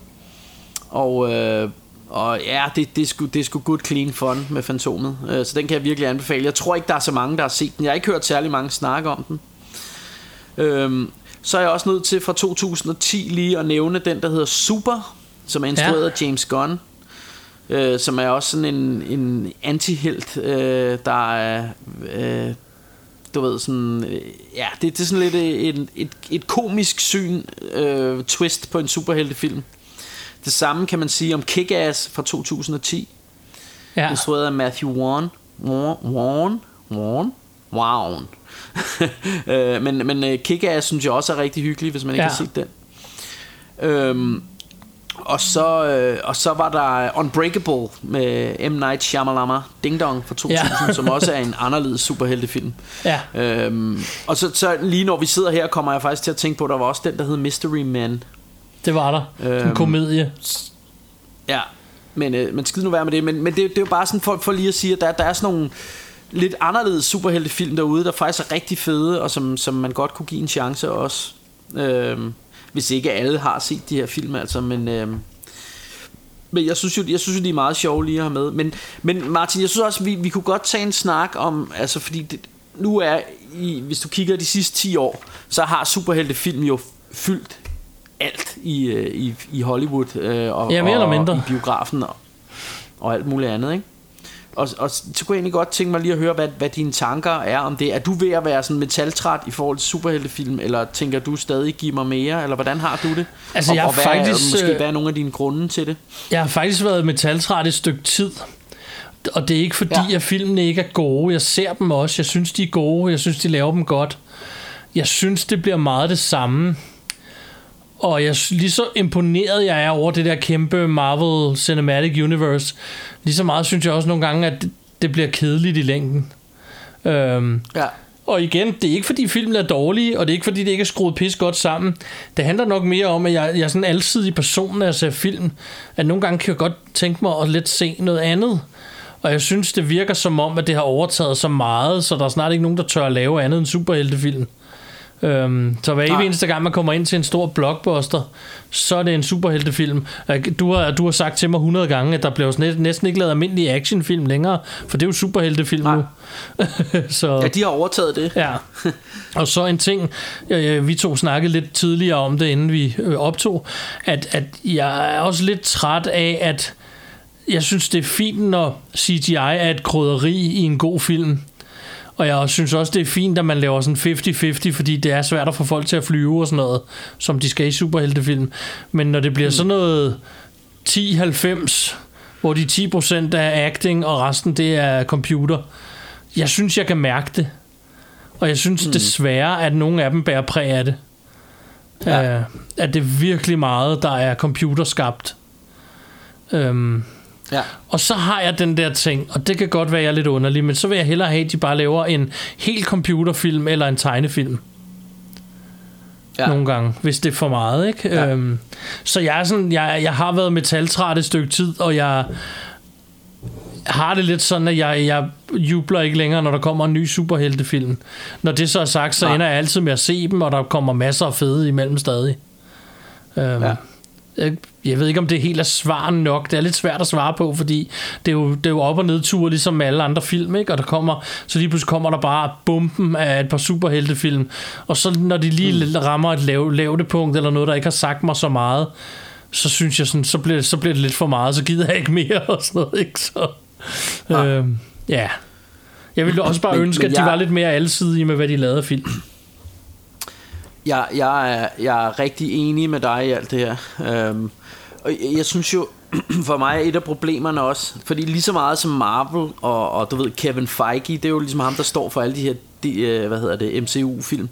og ja, det er sgu good clean fun med Fantomet. Så den kan jeg virkelig anbefale. Jeg tror ikke der er så mange der har set den. Jeg har ikke hørt særlig mange snakke om den. Så er jeg også nødt til fra 2010 lige at nævne den der hedder Super, som er instrueret af James Gunn, som er også sådan en antihelt, der er du ved sådan, ja, det er sådan lidt et komisk syn, twist på en superheltefilm. Det samme kan man sige om Kick-Ass fra 2010, instrueret af Matthew Vaughn. Men Kick-Ass synes jeg også er rigtig hyggelig, hvis man ikke har set den. Og så var der Unbreakable med M. Night Shyamalan, Ding Dong fra 2000, som også er en anderledes superheltefilm. Og så lige når vi sidder her, kommer jeg faktisk til at tænke på, at der var også den der hed Mystery Men. Det var der. En komedie. Ja. Men skid nu være med det. Men det er jo bare sådan for lige at sige, at der er sådan nogle lidt anderledes superheltefilm derude, der faktisk er rigtig fede, og som man godt kunne give en chance også. Hvis ikke alle har set de her film, altså. Men jeg synes jo, de er meget sjove lige at have med. Men Martin, jeg synes også, vi kunne godt tage en snak om, altså fordi nu hvis du kigger de sidste 10 år, så har superheltefilm jo fyldt alt i Hollywood og mere eller mindre i biografen og alt muligt andet, ikke? Og så kunne jeg egentlig godt tænke mig lige at høre, hvad dine tanker er om det. Er du ved at være sådan metaltræt i forhold til superheltefilm, eller tænker du stadig give mig mere, eller hvordan har du det? Altså, jeg har måske hvad er nogle af dine grunde til det? Jeg har faktisk været metaltræt et stykke tid. Og det er ikke fordi, at filmene ikke er gode. Jeg ser dem også. Jeg synes, de er gode. Jeg synes, de laver dem godt. Jeg synes, det bliver meget det samme. Og lige så imponeret jeg er over det der kæmpe Marvel Cinematic Universe, lige så meget synes jeg også nogle gange, at det bliver kedeligt i længden. Og igen, det er ikke fordi filmen er dårlige, og det er ikke fordi det ikke er skruet pis godt sammen. Det handler nok mere om, at jeg er sådan en alsidig person, når jeg ser film, at nogle gange kan jeg godt tænke mig at lidt se noget andet. Og jeg synes, det virker som om, at det har overtaget så meget, så der er snart ikke nogen, der tør at lave andet end superheltefilm. Så hver eneste gang man kommer ind til en stor blockbuster, så er det en superheltefilm. Du har sagt til mig 100 gange, at der bliver næsten ikke lavet almindelige actionfilm længere, for det er jo superheltefilm nu. Så, ja, de har overtaget det. Ja. Og så en ting, vi to snakkede lidt tidligere om det, inden vi optog, at jeg er også lidt træt af, at jeg synes, det er fint, når CGI er et krydderi i en god film. Og jeg synes også, det er fint, at man laver sådan 50-50, fordi det er svært at få folk til at flyve og sådan noget, som de skal i superheltefilm. Men når det bliver sådan noget 10-90, hvor de 10% er acting, og resten det er computer, jeg synes, jeg kan mærke det. Og jeg synes desværre, at nogle af dem bærer præg af det. Ja. At det er virkelig meget, der er computerskabt. Ja. Og så har jeg den der ting, og det kan godt være, jeg er lidt underlig, men så vil jeg hellere have, at de bare laver en helt computerfilm eller en tegnefilm. Ja. Nogle gange, hvis det er for meget, ikke? Ja. Så jeg er sådan, jeg har været metaltræt et stykke tid, og jeg har det lidt sådan, at jeg jubler ikke længere, når der kommer en ny superheltefilm. Når det så er sagt, så ender jeg altid med at se dem, og der kommer masser af fede imellem stadig. Ja. Jeg ved ikke, om det helt er svar nok. Det er lidt svært at svare på, fordi det er jo op- og nedture, ligesom med alle andre film, ikke? Og så lige pludselig kommer der bare bomben af et par superheltefilm, og så når de lige rammer et lavdepunkt, eller noget, der ikke har sagt mig så meget, så synes jeg sådan, så bliver det lidt for meget, så gider jeg ikke mere, og sådan noget, ikke? Så, ja. Jeg ville også bare ønske, at de var lidt mere alsidige med, hvad de lavede af film. Jeg er rigtig enig med dig i alt det her. Og jeg synes jo, for mig er et af problemerne også, fordi lige så meget som Marvel og du ved Kevin Feige, det er jo ligesom ham, der står for alle de her MCU-film.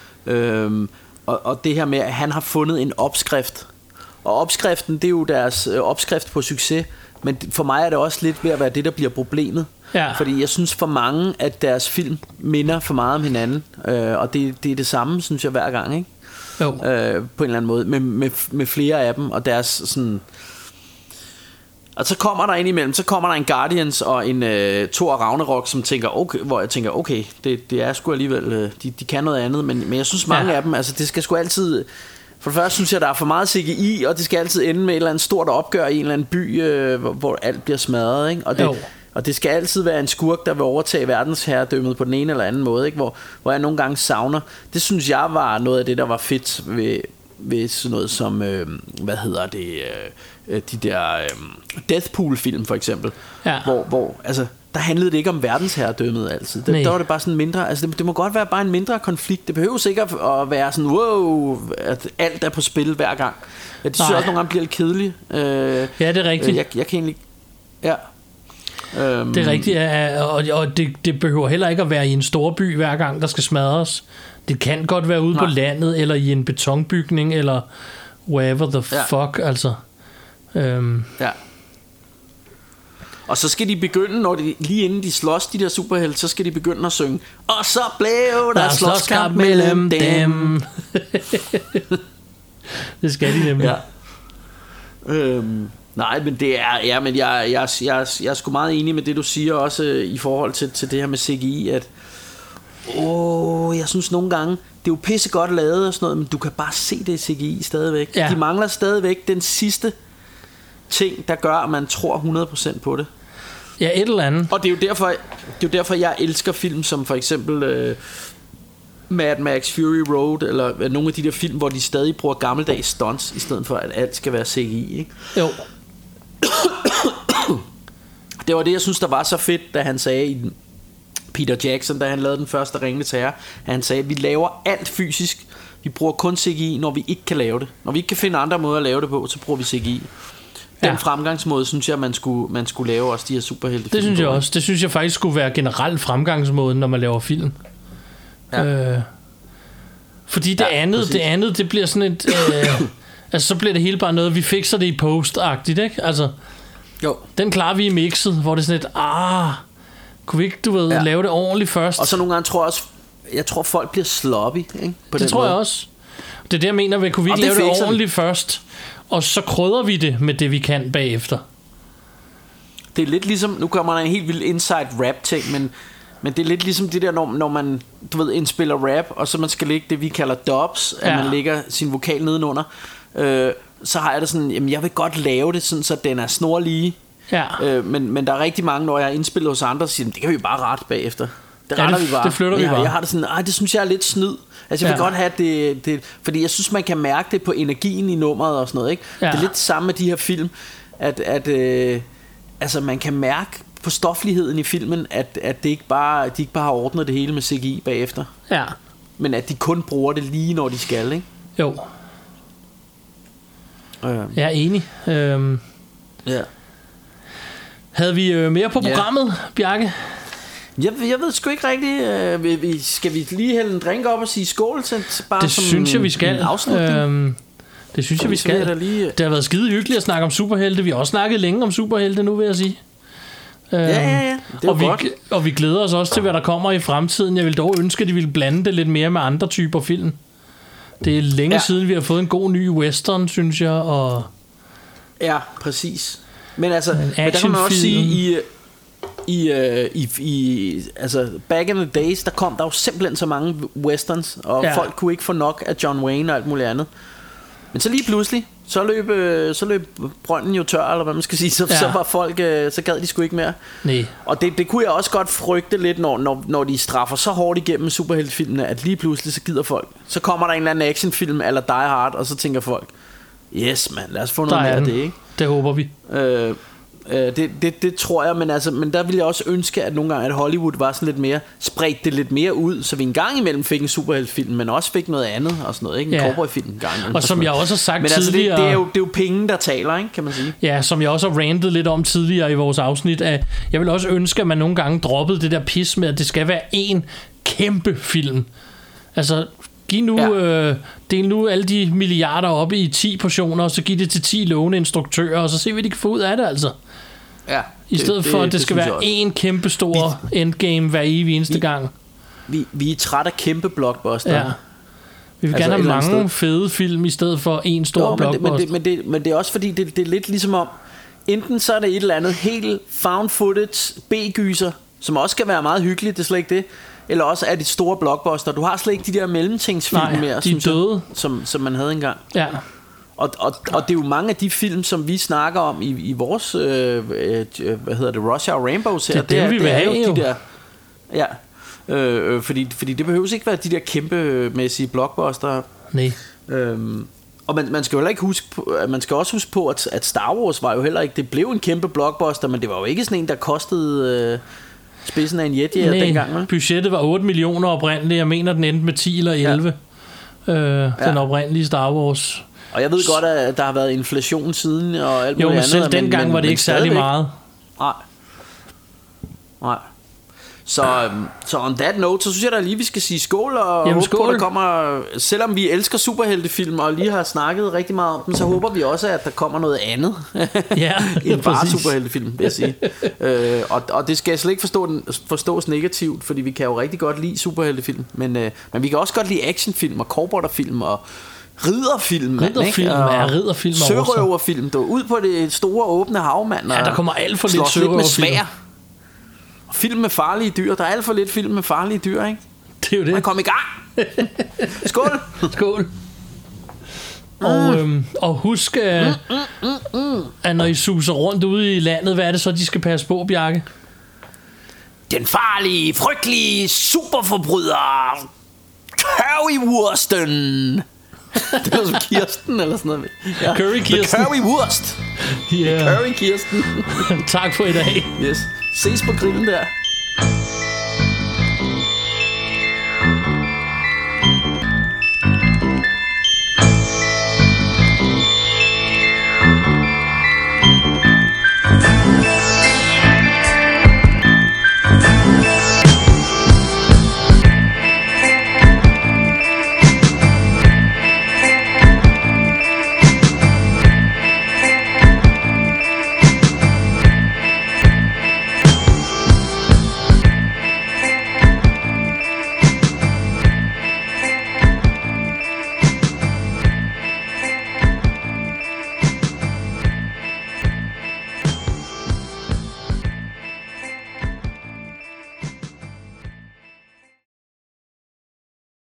Og det her med, at han har fundet en opskrift. Og opskriften, det er jo deres opskrift på succes. Men for mig er det også lidt ved at være det, der bliver problemet. Ja. Fordi jeg synes for mange, at deres film minder for meget om hinanden. Og det er det samme, synes jeg, hver gang, ikke? Jo. På en eller anden måde. Med flere af dem. Og deres sådan... Og så kommer der indimellem, så kommer der en Guardians og en Thor Ragnarok, som tænker, okay, hvor jeg tænker, okay, det er sgu alligevel, de kan noget andet. Men jeg synes mange af dem, altså det skal sgu altid... For det første synes jeg, der er for meget CGI, og det skal altid ende med et eller andet stort opgør i en eller anden by, hvor alt bliver smadret, ikke? Og det skal altid være en skurk, der vil overtage verdensherredømmet på den ene eller anden måde, ikke? Hvor jeg nogle gange savner. Det synes jeg var noget af det, der var fedt ved sådan noget som, de der Deathpool-film for eksempel, hvor altså... Der handlede det ikke om verdensherredømmet altid. Der var det bare sådan mindre. Altså det må godt være bare en mindre konflikt. Det behøver ikke at være sådan wow, at alt er på spil hver gang. Det synes jeg også nogle gange bliver lidt kedeligt. Ja, det er rigtigt. Jeg kan egentlig... Ja. Det er rigtigt, og det behøver heller ikke at være i en stor by hver gang, der skal smadres. Det kan godt være ude på landet, eller i en betonbygning, eller whatever the fuck, altså. Ja. Og så skal de begynde, lige inden de slås, de der superhelte, så skal de begynde at synge. Og så blev der slåskamp mellem dem. Det skal de nemlig. Ja. Nej, men det er... Ja, men jeg er sgu meget enig med det, du siger også i forhold til det her med CGI, at... jeg synes nogle gange, det er jo pissegodt lavet og sådan noget, men du kan bare se det i CGI stadigvæk. Ja. De mangler stadigvæk den sidste ting, der gør, at man tror 100% på det. Ja, et eller andet. Og det er jo derfor, jeg elsker film som for eksempel Mad Max Fury Road, eller nogle af de der film, hvor de stadig bruger gammeldags stunts, i stedet for at alt skal være CGI, ikke? Jo. Det var det, jeg synes, der var så fedt, da han sagde Peter Jackson, da han lavede den første Ringenes Herre, han sagde, vi laver alt fysisk, vi bruger kun CGI, når vi ikke kan lave det. Når vi ikke kan finde andre måder at lave det på, så bruger vi CGI. Den fremgangsmåde, synes jeg, man skulle lave også de her superheltefilm. Det synes jeg også. Det synes jeg faktisk skulle være generelt fremgangsmåden, når man laver film. Ja. Fordi det andet, det bliver sådan et... altså, så bliver det hele bare noget, vi fikser det i post-agtigt, ikke? Altså, jo. Den klarer vi i mixet, hvor det er sådan et... kunne vi ikke, lave det ordentligt først? Og så nogle gange jeg tror folk bliver sloppy, ikke? På det tror måde. Jeg også. Det er det, jeg mener, kunne vi ikke lave det ordentligt først? Og så krydder vi det med det, vi kan bagefter. Det er lidt ligesom... Nu kommer der en helt vild inside rap ting, men det er lidt ligesom det der, når man indspiller rap, og så man skal lægge det, vi kalder dubs, at man lægger sin vokal nedenunder. Så har jeg det sådan, jamen jeg vil godt lave det sådan, så den er snorlige. Ja. Men der er rigtig mange, når jeg har indspillet hos andre, siger, det kan vi bare rette bagefter. Det retter vi bare. Det flytter vi bare. Jeg har det sådan, det synes jeg er lidt snyd. Altså jeg vil godt have det, fordi jeg synes man kan mærke det på energien i nummeret og sådan noget, ikke? Det er lidt samme med de her film, at altså man kan mærke på stofligheden i filmen, at de ikke bare har ordnet det hele med CGI bagefter. Ja. Men at de kun bruger det lige når de skal, ikke? Jo. Jeg er enig. Ja. Havde vi mere på programmet, Bjarke? Jeg ved sgu ikke rigtigt. Skal vi lige hælde en drink op og sige skål til bare det som synes jeg vi skal. Det synes jeg vi skal. Det har været skide hyggeligt at snakke om superhelte. Vi har også snakket længe om superhelte nu, vil jeg sige. Ja. Det er godt. Og vi glæder os også til hvad der kommer i fremtiden. Jeg vil dog ønske at de ville blande det lidt mere med andre typer film. Det er længe siden vi har fået en god ny western, synes jeg. Og ja, præcis. Men altså, der kan man også sige altså back in the days, der kom der jo simpelthen så mange westerns, og folk kunne ikke få nok af John Wayne og alt muligt andet. Men så lige pludselig, så løb brønden jo tør, eller hvad man skal sige. Så var folk, så gad de sgu ikke mere. Nej. Og det kunne jeg også godt frygte lidt, når de straffer så hårdt igennem superheltefilmene, at lige pludselig så gider folk. Så kommer der en eller anden actionfilm eller Die Hard, og så tænker folk, yes man, lad os få noget mere af det, ikke? Det håber vi. Det tror jeg, men der ville jeg også ønske, at nogle gange at Hollywood var sådan lidt mere, spredt det lidt mere ud, så vi en gang imellem fik en superheltfilm, men også fik noget andet og sådan noget, ikke? En cowboyfilm en gang imellem. Og som jeg også har sagt men tidligere, altså det er jo penge der taler, ikke, kan man sige. Ja, som jeg også har rantet lidt om tidligere i vores afsnit, at jeg vil også ønske, at man nogle gange droppede det der pis med, at det skal være en kæmpe film. Altså del nu alle de milliarder op i 10 portioner, og så giv det til 10 lovende instruktører, og så se hvad de kan få ud af det, altså. Ja, i stedet for at det skal være en kæmpe stor endgame hver evig eneste gang. Vi er træt af kæmpe blockbuster. Ja. Vi vil gerne have mange fede film i stedet for en stor blockbuster. Men det er også fordi det er lidt ligesom om, enten så er det et eller andet helt found footage B-gyser, som også skal være meget hyggeligt, det er slet ikke det. Eller også er det store blockbuster. Du har slet ikke de der mellemtingsfilm mere, de er døde. Som man havde engang. Ja. Og det er jo mange af de film, som vi snakker om i vores hvad hedder det, Rush Hour Rainbows her. Det vi vil have jo. De der, ja. Fordi det behøves ikke være de der kæmpemæssige blockbuster. Nej. Og man skal jo heller ikke huske på, man skal også huske på, at Star Wars var jo heller ikke, det blev en kæmpe blockbuster, men det var jo ikke sådan en, der kostede spidsen af en jetjæger dengang. Ne? Budgettet var 8 millioner oprindeligt. Jeg mener, den endte med 10 eller 11. Den oprindelige Star Wars. Og jeg ved godt, at der har været inflation siden og alt muligt andet. Jo, men selv dengang var det ikke særlig meget. Nej. Så on that note, så synes jeg da lige, vi skal sige skål. Og håbe på, der kommer, selvom vi elsker superheltefilm og lige har snakket rigtig meget om dem, så håber vi også, at der kommer noget andet end bare superheltefilm, vil jeg sige. Og det skal jeg slet ikke forstås negativt, fordi vi kan jo rigtig godt lide superheltefilm, men vi kan også godt lide actionfilm og cowboyterfilm og ridderfilm. Ridderfilm, ja, ridderfilm. Sørøverfilm, du ud på det store åbne hav, mand. Ja, der kommer alt for lidt sørøverfilm. Film med farlige dyr. Der er alt for lidt film med farlige dyr, ikke? Det er jo det. Man kom i gang. Skål. Skål. Og husk, at når I suser rundt ude i landet, hvad er det så, de skal passe på, Bjarke? Den farlige, frygtelige superforbryder Currywursten. Det var som Kirsten eller sådan noget. Ja. Curry Kirsten. The Currywurst. Yeah. Curry Kirsten. Tak for i dag. Yes. Ses på grillen der.